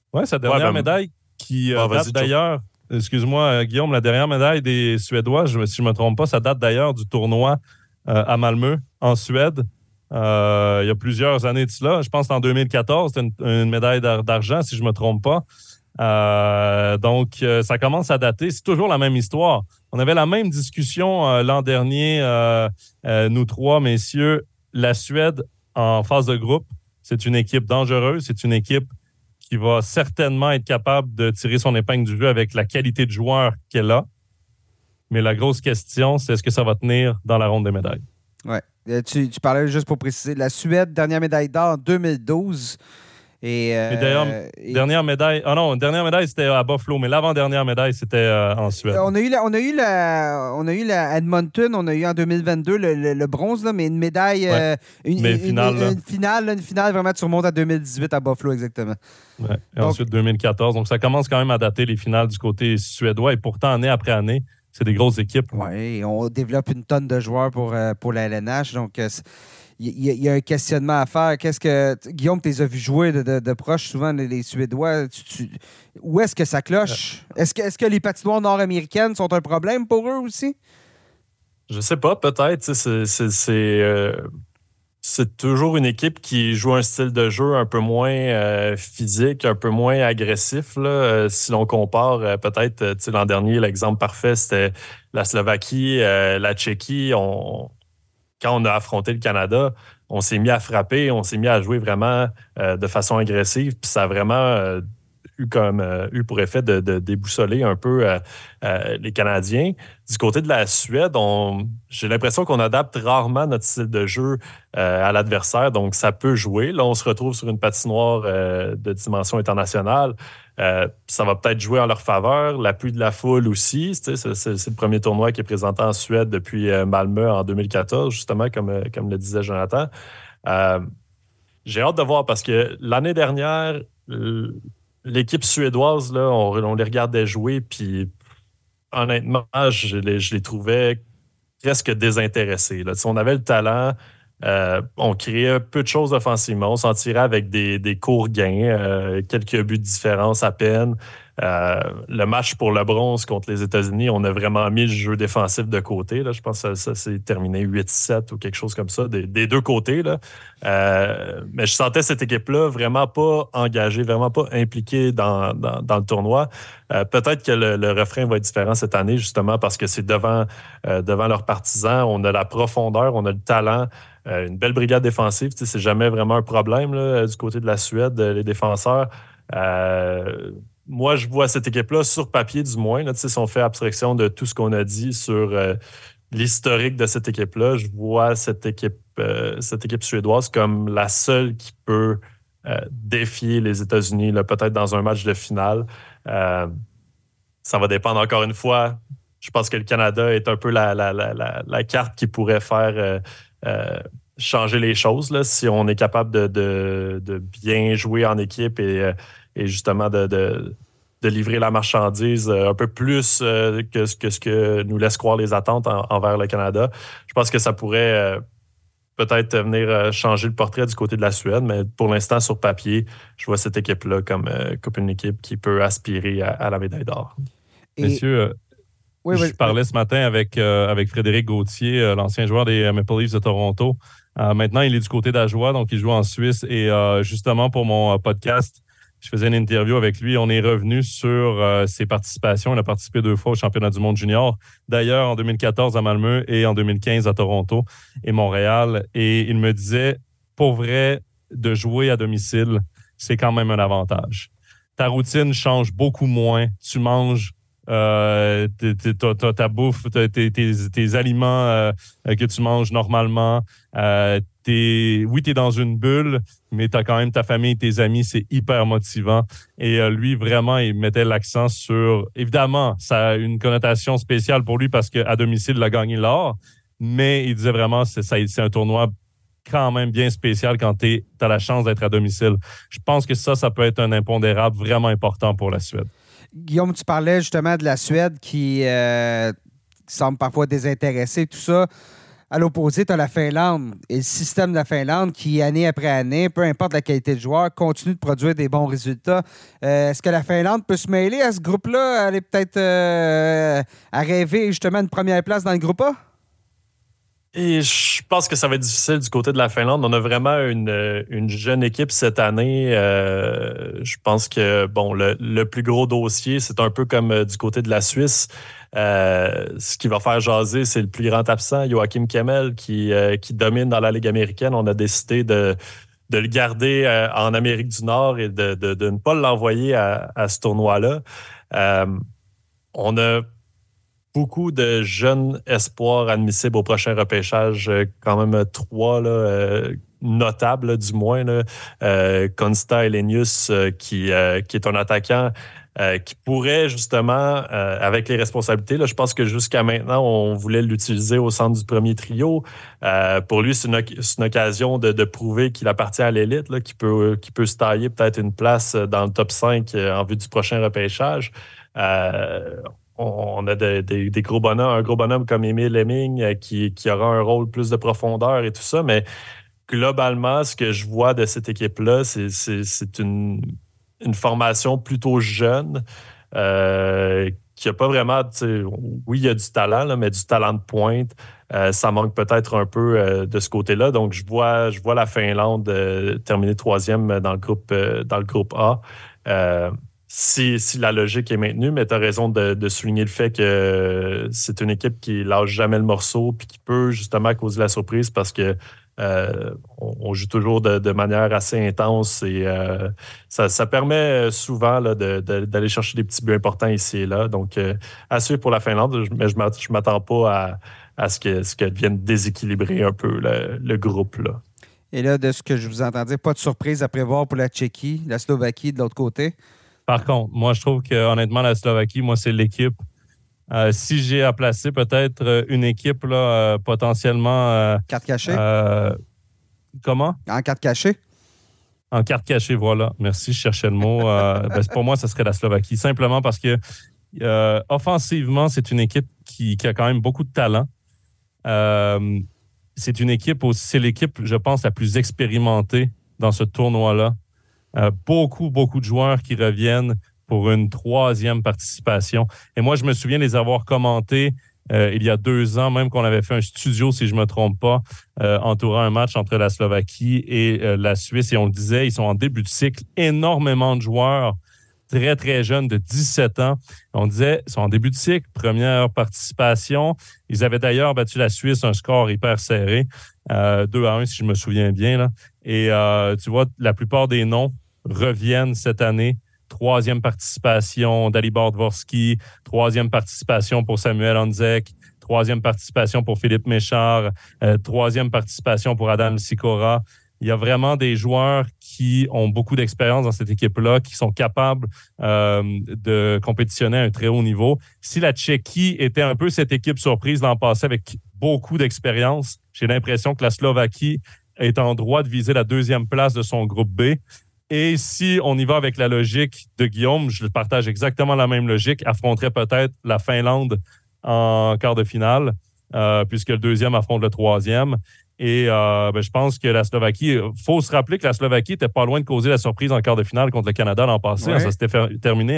Oui, sa dernière médaille qui date d'ailleurs, excuse-moi Guillaume, la dernière médaille des Suédois, si je ne me trompe pas, ça date d'ailleurs du tournoi à Malmö, en Suède. Il y a plusieurs années de cela. Je pense qu'en 2014, c'était une médaille d'argent, si je ne me trompe pas. Donc, ça commence à dater. C'est toujours la même histoire. On avait la même discussion l'an dernier, nous trois, messieurs. La Suède, en phase de groupe, c'est une équipe dangereuse. C'est une équipe qui va certainement être capable de tirer son épingle du jeu avec la qualité de joueur qu'elle a. Mais la grosse question, c'est est-ce que ça va tenir dans la ronde des médailles? Oui. Tu parlais, juste pour préciser, la Suède, dernière médaille d'or en 2012. Et d'ailleurs, dernière médaille... Ah non, dernière médaille, c'était à Buffalo, mais l'avant-dernière médaille, c'était en Suède. On a eu la Edmonton, on a eu en 2022 le bronze, là, mais une médaille... une finale vraiment, tu remontes à 2018 à Buffalo, exactement. Ouais. Et ensuite 2014. Donc, ça commence quand même à dater les finales du côté suédois. Et pourtant, année après année, c'est des grosses équipes. Oui, on développe une tonne de joueurs pour la LNH. Donc, il y a un questionnement à faire. Guillaume, tu les as vus jouer de proche souvent, les Suédois. Où est-ce que ça cloche? Est-ce que les patinoires nord-américaines sont un problème pour eux aussi? Je sais pas, peut-être. C'est toujours une équipe qui joue un style de jeu un peu moins physique, un peu moins agressif. Là. Si l'on compare, peut-être, l'an dernier, l'exemple parfait, c'était la Slovaquie, la Tchéquie. Quand on a affronté le Canada, on s'est mis à frapper, on s'est mis à jouer vraiment de façon agressive. Puis ça a vraiment eu pour effet de déboussoler un peu les Canadiens. Du côté de la Suède, j'ai l'impression qu'on adapte rarement notre style de jeu à l'adversaire, donc ça peut jouer. Là, on se retrouve sur une patinoire de dimension internationale. Ça va peut-être jouer en leur faveur. L'appui de la foule aussi. C'est le premier tournoi qui est présenté en Suède depuis Malmö en 2014, justement, comme le disait Jonathan. J'ai hâte de voir parce que l'année dernière, l'équipe suédoise, là, on les regardait jouer, puis honnêtement, je les trouvais presque désintéressés. Là. On avait le talent, on créait peu de choses offensivement, on s'en tirait avec des courts gains, quelques buts de différence à peine. Le match pour le bronze contre les États-Unis, on a vraiment mis le jeu défensif de côté. Là. Je pense que ça s'est terminé 8-7 ou quelque chose comme ça, des deux côtés. Là. Mais je sentais cette équipe-là vraiment pas engagée, vraiment pas impliquée dans le tournoi. Peut-être que le refrain va être différent cette année, justement, parce que c'est devant leurs partisans. On a la profondeur, on a le talent. Une belle brigade défensive. C'est jamais vraiment un problème là, du côté de la Suède, les défenseurs. Moi, je vois cette équipe-là, sur papier du moins, là, si on fait abstraction de tout ce qu'on a dit sur l'historique de cette équipe-là, je vois cette équipe suédoise comme la seule qui peut défier les États-Unis, là, peut-être dans un match de finale. Ça va dépendre encore une fois. Je pense que le Canada est un peu la carte qui pourrait faire changer les choses là, si on est capable de bien jouer en équipe et justement de livrer la marchandise un peu plus que ce que nous laissent croire les attentes envers le Canada. Je pense que ça pourrait peut-être venir changer le portrait du côté de la Suède, mais pour l'instant, sur papier, je vois cette équipe-là comme une équipe qui peut aspirer à la médaille d'or. Messieurs, je parlais ce matin avec Frédéric Gauthier, l'ancien joueur des Maple Leafs de Toronto. Maintenant, il est du côté d'Ajoie, donc il joue en Suisse. Et justement, pour mon podcast, je faisais une interview avec lui. On est revenu sur ses participations. Il a participé 2 fois au championnat du monde junior. D'ailleurs, en 2014 à Malmö et en 2015 à Toronto et Montréal. Et il me disait, pour vrai, de jouer à domicile, c'est quand même un avantage. Ta routine change beaucoup moins. Tu manges ta bouffe, tes aliments que tu manges normalement. T'es dans une bulle, mais tu as quand même ta famille, tes amis, c'est hyper motivant. Et lui, vraiment, il mettait l'accent sur... Évidemment, ça a une connotation spéciale pour lui parce qu'à domicile, il a gagné l'or, mais il disait vraiment c'est un tournoi quand même bien spécial quand tu as la chance d'être à domicile. Je pense que ça peut être un impondérable vraiment important pour la Suède. Guillaume, tu parlais justement de la Suède qui semble parfois désintéressée, tout ça. À l'opposé, tu as la Finlande et le système de la Finlande qui, année après année, peu importe la qualité de joueur, continue de produire des bons résultats. Est-ce que la Finlande peut se mêler à ce groupe-là? Aller peut-être à rêver justement une première place dans le groupe A? Et je pense que ça va être difficile du côté de la Finlande. On a vraiment une jeune équipe cette année. Je pense que bon, le plus gros dossier, c'est un peu comme du côté de la Suisse. Ce qui va faire jaser, c'est le plus grand absent, Joachim Kemmel, qui domine dans la Ligue américaine. On a décidé de le garder en Amérique du Nord et de ne pas l'envoyer à ce tournoi-là. On a beaucoup de jeunes espoirs admissibles au prochain repêchage, quand même 3 là, notables là, du moins. Konsta Elenius, qui est un attaquant qui pourrait justement, avec les responsabilités, là, je pense que jusqu'à maintenant, on voulait l'utiliser au centre du premier trio. Pour lui, c'est une occasion de prouver qu'il appartient à l'élite, là, qu'il peut se tailler peut-être une place dans le top 5 en vue du prochain repêchage. On a des gros bonhommes, un gros bonhomme comme Émile Hemming qui aura un rôle plus de profondeur et tout ça, mais globalement, ce que je vois de cette équipe-là, c'est une formation plutôt jeune qui n'a pas vraiment, oui, il y a du talent, là, mais du talent de pointe. Ça manque peut-être un peu de ce côté-là. Donc, je vois la Finlande terminer 3e dans le groupe A. Si la logique est maintenue, mais tu as raison de souligner le fait que c'est une équipe qui lâche jamais le morceau puis qui peut justement causer la surprise parce que on joue toujours de manière assez intense et ça permet souvent là, d'aller chercher des petits buts importants ici et là. Donc, à suivre pour la Finlande, mais je ne m'attends pas à ce qu'elle vienne déséquilibrer un peu le groupe, là. Et là, de ce que je vous entendais, pas de surprise à prévoir pour la Tchéquie, la Slovaquie de l'autre côté? Par contre, moi, je trouve que honnêtement, la Slovaquie, moi, c'est l'équipe. Si j'ai à placer peut-être une équipe là, potentiellement. Carte cachée? Comment? En carte cachée? En carte cachée, voilà. Merci, je cherchais le mot. Pour moi, ce serait la Slovaquie. Simplement parce que offensivement, c'est une équipe qui a quand même beaucoup de talent. C'est une équipe aussi, c'est l'équipe, je pense, la plus expérimentée dans ce tournoi-là. Beaucoup de joueurs qui reviennent pour une 3e participation. Et moi, je me souviens les avoir commentés il y a 2 ans, même qu'on avait fait un studio, si je ne me trompe pas, entourant un match entre la Slovaquie et la Suisse. Et on le disait, ils sont en début de cycle. Énormément de joueurs très, très jeunes, de 17 ans. On disait, ils sont en début de cycle, première participation. Ils avaient d'ailleurs battu la Suisse, un score hyper serré, 2-1, si je me souviens bien, là. Et tu vois, la plupart des noms reviennent cette année. 3e participation d'Alibor Dvorsky, 3e participation pour Samuel Honzek, 3e participation pour Philippe Méchard, 3e participation pour Adam Sikora. Il y a vraiment des joueurs qui ont beaucoup d'expérience dans cette équipe-là, qui sont capables de compétitionner à un très haut niveau. Si la Tchéquie était un peu cette équipe surprise l'an passé avec beaucoup d'expérience, j'ai l'impression que la Slovaquie est en droit de viser la 2e place de son groupe B. Et si on y va avec la logique de Guillaume, je partage exactement la même logique, affronterait peut-être la Finlande en quart de finale, puisque le 2e affronte le 3e. Et je pense que la Slovaquie, il faut se rappeler que la Slovaquie n'était pas loin de causer la surprise en quart de finale contre le Canada l'an passé. Ouais. Ça s'était terminé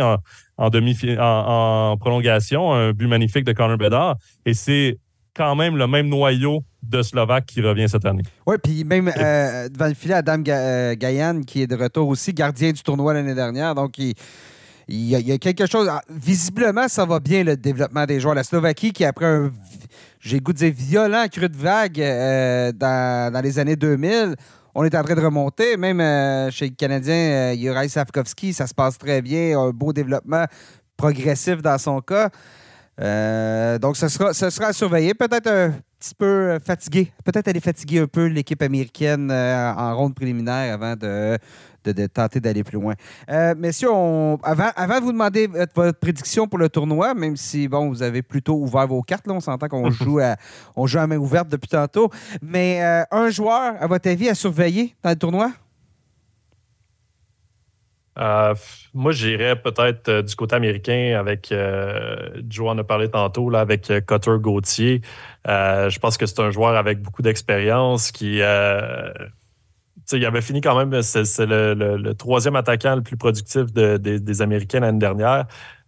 en prolongation, un but magnifique de Connor Bedard. Et c'est quand même le même noyau de Slovaques qui revient cette année. Oui, puis même devant le filet, Adam Gajan, qui est de retour aussi, gardien du tournoi l'année dernière. Donc, il y a quelque chose. Visiblement, ça va bien, le développement des joueurs. La Slovaquie, qui après j'ai le goût de dire, violent cru de vague dans les années 2000, on est en train de remonter. Même chez le Canadien, Juraj Slavkovski, ça se passe très bien. Un beau développement progressif dans son cas. Donc, ce sera à surveiller. Peut-être un petit peu fatigué. Peut-être aller fatiguer un peu l'équipe américaine en ronde préliminaire avant de tenter d'aller plus loin. Messieurs, avant de vous demander votre prédiction pour le tournoi, même si, bon, vous avez plutôt ouvert vos cartes, là, on s'entend qu'on joue à main ouverte depuis tantôt, mais un joueur, à votre avis, à surveiller dans le tournoi? Moi, j'irais peut-être du côté américain avec, Joe en a parlé tantôt, là, avec Cutter Gauthier. Je pense que c'est un joueur avec beaucoup d'expérience qui, il avait fini quand même, c'est le troisième attaquant le plus productif des Américains l'année dernière.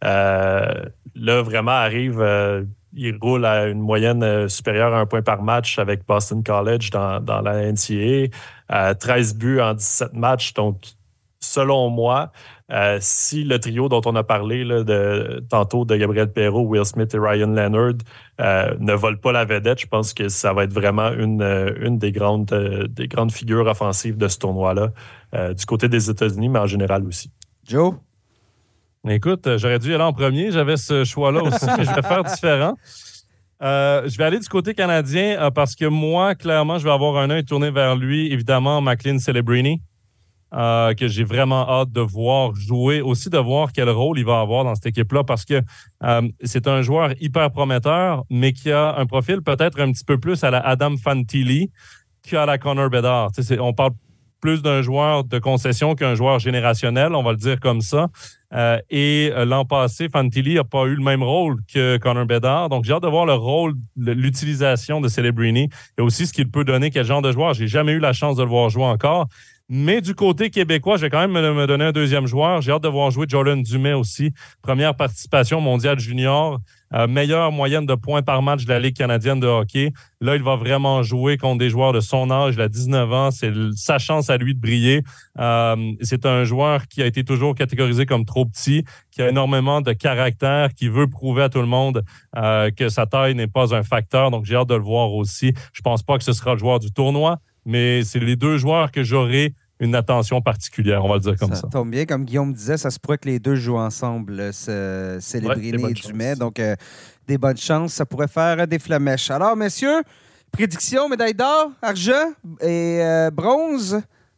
Là, vraiment, arrive, il roule à une moyenne supérieure à 1 point par match avec Boston College dans la NCAA. 13 buts en 17 matchs. Donc, selon moi, si le trio dont on a parlé là, tantôt de Gabriel Perreault, Will Smith et Ryan Leonard ne volent pas la vedette, je pense que ça va être vraiment une des grandes figures offensives de ce tournoi-là, du côté des États-Unis, mais en général aussi. Joe? Écoute, j'aurais dû y aller en premier. J'avais ce choix-là aussi, mais je vais faire différent. Je vais aller du côté canadien parce que moi, clairement, je vais avoir un œil tourné vers lui. Évidemment, McLean Celebrini. Que j'ai vraiment hâte de voir jouer, aussi de voir quel rôle il va avoir dans cette équipe-là, parce que c'est un joueur hyper prometteur, mais qui a un profil peut-être un petit peu plus à la Adam Fantilli qu'à la Connor Bedard. On parle plus d'un joueur de concession qu'un joueur générationnel, on va le dire comme ça. L'an passé, Fantilli n'a pas eu le même rôle que Connor Bedard. Donc, j'ai hâte de voir le rôle, l'utilisation de Celebrini et aussi ce qu'il peut donner, quel genre de joueur. J'ai jamais eu la chance de le voir jouer encore. Mais du côté québécois, je vais quand même me donner un deuxième joueur. J'ai hâte de voir jouer Jordan Dumais aussi. Première participation mondiale junior. Meilleure moyenne de points par match de la Ligue canadienne de hockey. Là, il va vraiment jouer contre des joueurs de son âge. Il a 19 ans. C'est sa chance à lui de briller. C'est un joueur qui a été toujours catégorisé comme trop petit, qui a énormément de caractère, qui veut prouver à tout le monde que sa taille n'est pas un facteur. Donc, j'ai hâte de le voir aussi. Je pense pas que ce sera le joueur du tournoi, mais c'est les deux joueurs que j'aurai une attention particulière, on va le dire comme ça. Ça tombe bien, comme Guillaume disait, ça se pourrait que les deux jouent ensemble, Celebrini et Dumais. Donc, des bonnes chances, ça pourrait faire des flamèches. Alors, messieurs, prédiction, médaille d'or, argent et bronze.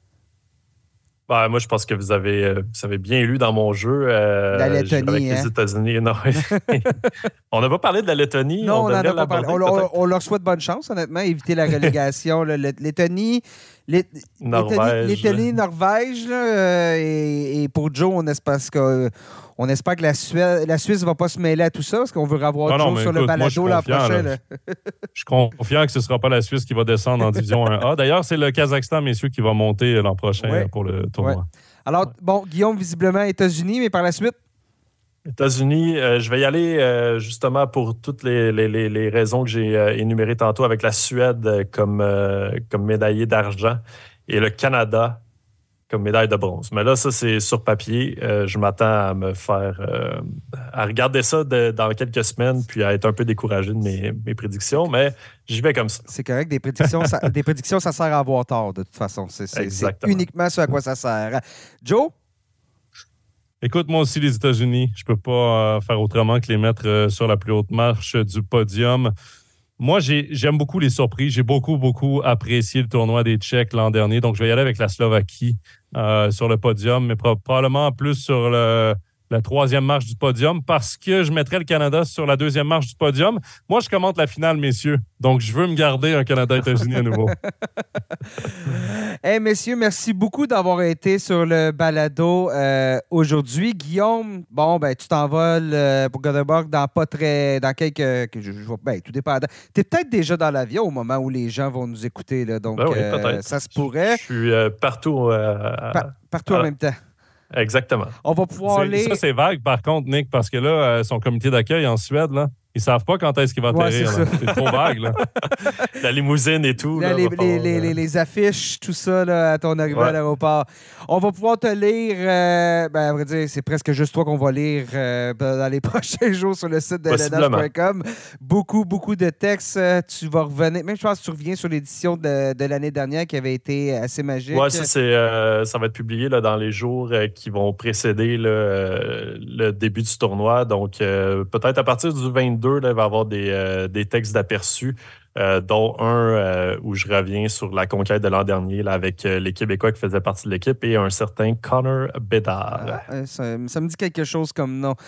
Ben, moi, je pense que vous avez bien lu dans mon jeu. La Lettonie, avec les États-Unis. Non. On n'a pas parlé de la Lettonie. Non, on n'en a pas parlé. On leur souhaite bonne chance, honnêtement. Éviter la relégation. Lettonie, Lettonie, Norvège. Là, et pour Joe, on espère que la Suisse ne va pas se mêler à tout ça parce qu'on veut revoir Joe sur le balado l'an prochain. Je suis confiant que ce ne sera pas la Suisse qui va descendre en division 1A. D'ailleurs, c'est le Kazakhstan, messieurs, qui va monter l'an prochain pour le tournoi. Ouais. Alors, bon, Guillaume, visiblement, États-Unis, mais par la suite? États-Unis, je vais y aller justement pour toutes les raisons que j'ai énumérées tantôt avec la Suède comme médaillé d'argent et le Canada comme médaille de bronze. Mais là, ça, c'est sur papier. Je m'attends à me faire... à regarder ça dans quelques semaines puis à être un peu découragé de mes prédictions, mais j'y vais comme ça. C'est correct. Des prédictions, ça sert à avoir tort, de toute façon. C'est uniquement ce à quoi ça sert. Joe? Écoute, moi aussi, les États-Unis, je peux pas faire autrement que les mettre sur la plus haute marche du podium. Moi, j'aime beaucoup les surprises. J'ai beaucoup, beaucoup apprécié le tournoi des Tchèques l'an dernier. Donc, je vais y aller avec la Slovaquie sur le podium, mais probablement plus sur la troisième marche du podium parce que je mettrais le Canada sur la deuxième marche du podium. Moi, je commente la finale, messieurs. Donc, je veux me garder un Canada-États-Unis à nouveau. Hey, messieurs, merci beaucoup d'avoir été sur le balado aujourd'hui. Guillaume, bon, ben, tu t'envoles pour Göteborg dans quelques... tout dépend. Tu es peut-être déjà dans l'avion au moment où les gens vont nous écouter. Là, donc, oui, peut-être. Ça se pourrait. Je suis partout. Partout en même temps. Exactement. On va pouvoir aller... Ça, c'est vague, par contre, Nick, parce que là, son comité d'accueil en Suède, là, ils savent pas quand est-ce qu'il va atterrir. C'est trop vague. Là. La limousine et tout. Là, les affiches, tout ça là, à ton arrivée à l'aéroport. On va pouvoir te lire, à vrai dire, c'est presque juste toi qu'on va lire dans les prochains jours sur le site de LNH.com. Beaucoup, beaucoup de textes. Tu vas revenir. Même je pense que tu reviens sur l'édition de l'année dernière qui avait été assez magique. Oui, ça va être publié là, dans les jours qui vont précéder le début du tournoi. Donc, peut-être à partir du 22, là, il va y avoir des textes d'aperçus, dont un où je reviens sur la conquête de l'an dernier là, avec les Québécois qui faisaient partie de l'équipe et un certain Connor Bedard. Ça me dit quelque chose comme nom.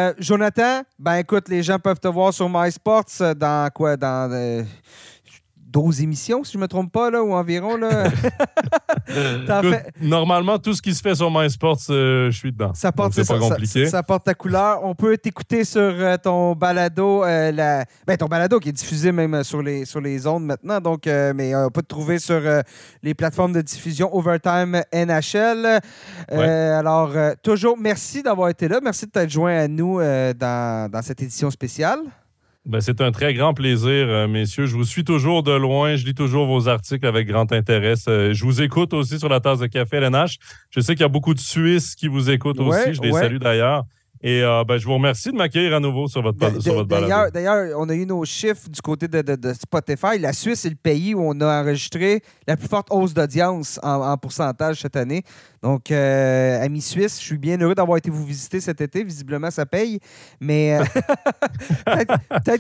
Jonathan, ben écoute, les gens peuvent te voir sur MySports dans 12 émissions, si je ne me trompe pas, là, ou environ. Là. Écoute, normalement, tout ce qui se fait sur MySports, je suis dedans. Ça porte, c'est pas compliqué. Ça porte ta couleur. On peut t'écouter sur ton balado, ton balado qui est diffusé même sur les ondes maintenant, donc, mais on peut te trouver sur les plateformes de diffusion Overtime NHL. Alors, toujours, merci d'avoir été là. Merci de t'être joint à nous dans cette édition spéciale. Ben, c'est un très grand plaisir, messieurs. Je vous suis toujours de loin. Je lis toujours vos articles avec grand intérêt. Je vous écoute aussi sur la tasse de café LNH. Je sais qu'il y a beaucoup de Suisses qui vous écoutent aussi. Je les salue d'ailleurs. Et je vous remercie de m'accueillir à nouveau sur votre balado. D'ailleurs, on a eu nos chiffres du côté de Spotify. La Suisse est le pays où on a enregistré la plus forte hausse d'audience en pourcentage cette année. Donc, amis suisses, je suis bien heureux d'avoir été vous visiter cet été. Visiblement, ça paye. Mais peut-être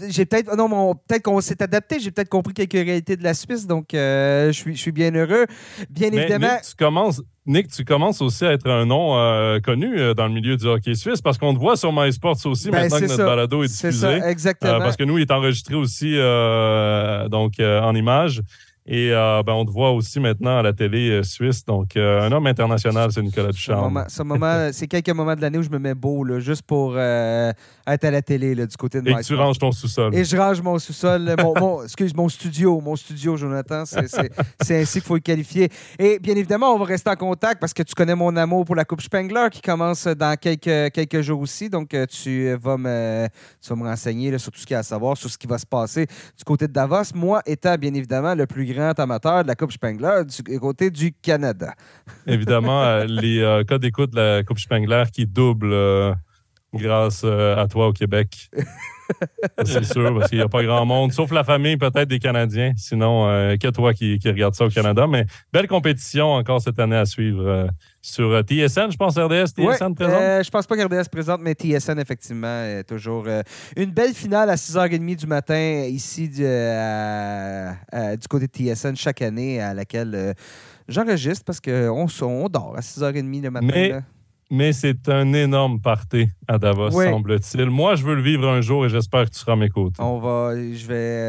qu'on s'est adapté. J'ai peut-être compris quelques réalités de la Suisse. Donc, je suis bien heureux. Bien évidemment... Nick, tu commences aussi à être un nom connu dans le milieu du hockey suisse parce qu'on te voit sur MySports aussi maintenant que notre balado est diffusé. C'est ça, exactement. Parce que nous, il est enregistré aussi en images. Et on te voit aussi maintenant à la télé suisse. Donc, un homme international, c'est Nicolas Ducharme. C'est quelques moments de l'année où je me mets beau, là, juste pour être à la télé là, du côté de MySports. Et tu ranges ton sous-sol. Et je range mon sous-sol. mon studio, Jonathan. C'est ainsi qu'il faut le qualifier. Et bien évidemment, on va rester en contact parce que tu connais mon amour pour la Coupe Spengler qui commence dans quelques jours aussi. Donc, tu vas me renseigner là, sur tout ce qu'il y a à savoir, sur ce qui va se passer du côté de Davos. Moi, étant bien évidemment le plus grand amateur de la Coupe Spengler du côté du Canada. Évidemment, les codes d'écoute de la Coupe Spengler qui doublent grâce à toi au Québec. C'est sûr, parce qu'il n'y a pas grand monde, sauf la famille peut-être des Canadiens. Sinon, que toi qui regarde ça au Canada. Mais belle compétition encore cette année à suivre sur TSN, je pense, RDS, TSN présente? Je pense pas qu'RDS présente, mais TSN, effectivement, est toujours une belle finale à 6h30 du matin ici du côté de TSN chaque année à laquelle j'enregistre parce qu'on dort à 6h30 le matin. Mais c'est un énorme party à Davos, semble-t-il. Moi, je veux le vivre un jour et j'espère que tu seras à mes côtés. Je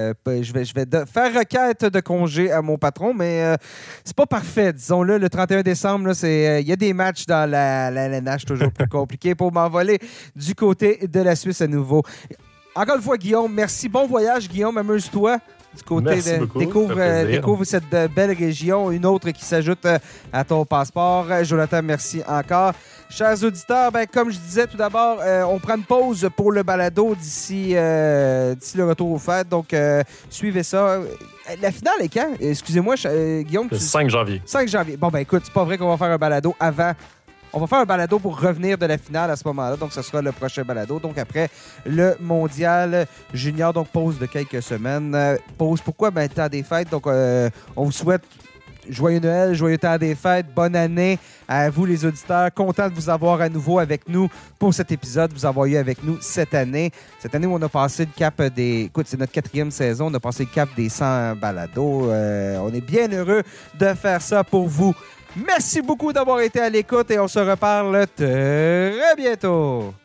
vais faire requête de congé à mon patron, mais c'est pas parfait. Disons-le, le 31 décembre, il y a des matchs dans la LNH toujours plus compliqués pour m'envoler du côté de la Suisse à nouveau. Encore une fois, Guillaume, merci. Bon voyage, Guillaume. Amuse-toi. Du côté merci beaucoup. Découvre cette belle région, une autre qui s'ajoute à ton passeport. Jonathan, merci encore. Chers auditeurs, comme je disais tout d'abord, on prend une pause pour le balado d'ici le retour aux fêtes. Donc, suivez ça. La finale est quand? Excusez-moi, Guillaume. Le 5 janvier. 5 janvier. Bon, écoute, c'est pas vrai qu'on va faire un balado avant. On va faire un balado pour revenir de la finale à ce moment-là. Donc, ce sera le prochain balado. Donc, après le mondial junior, donc pause de quelques semaines. Pause, pourquoi? Temps des fêtes. Donc, on vous souhaite joyeux Noël, joyeux temps des fêtes, bonne année à vous les auditeurs. Content de vous avoir à nouveau avec nous pour cet épisode, vous avoir eu avec nous cette année. Cette année où on a passé le cap des... Écoute, c'est notre 4e saison, on a passé le cap des 100 balados. On est bien heureux de faire ça pour vous. Merci beaucoup d'avoir été à l'écoute et on se reparle très bientôt.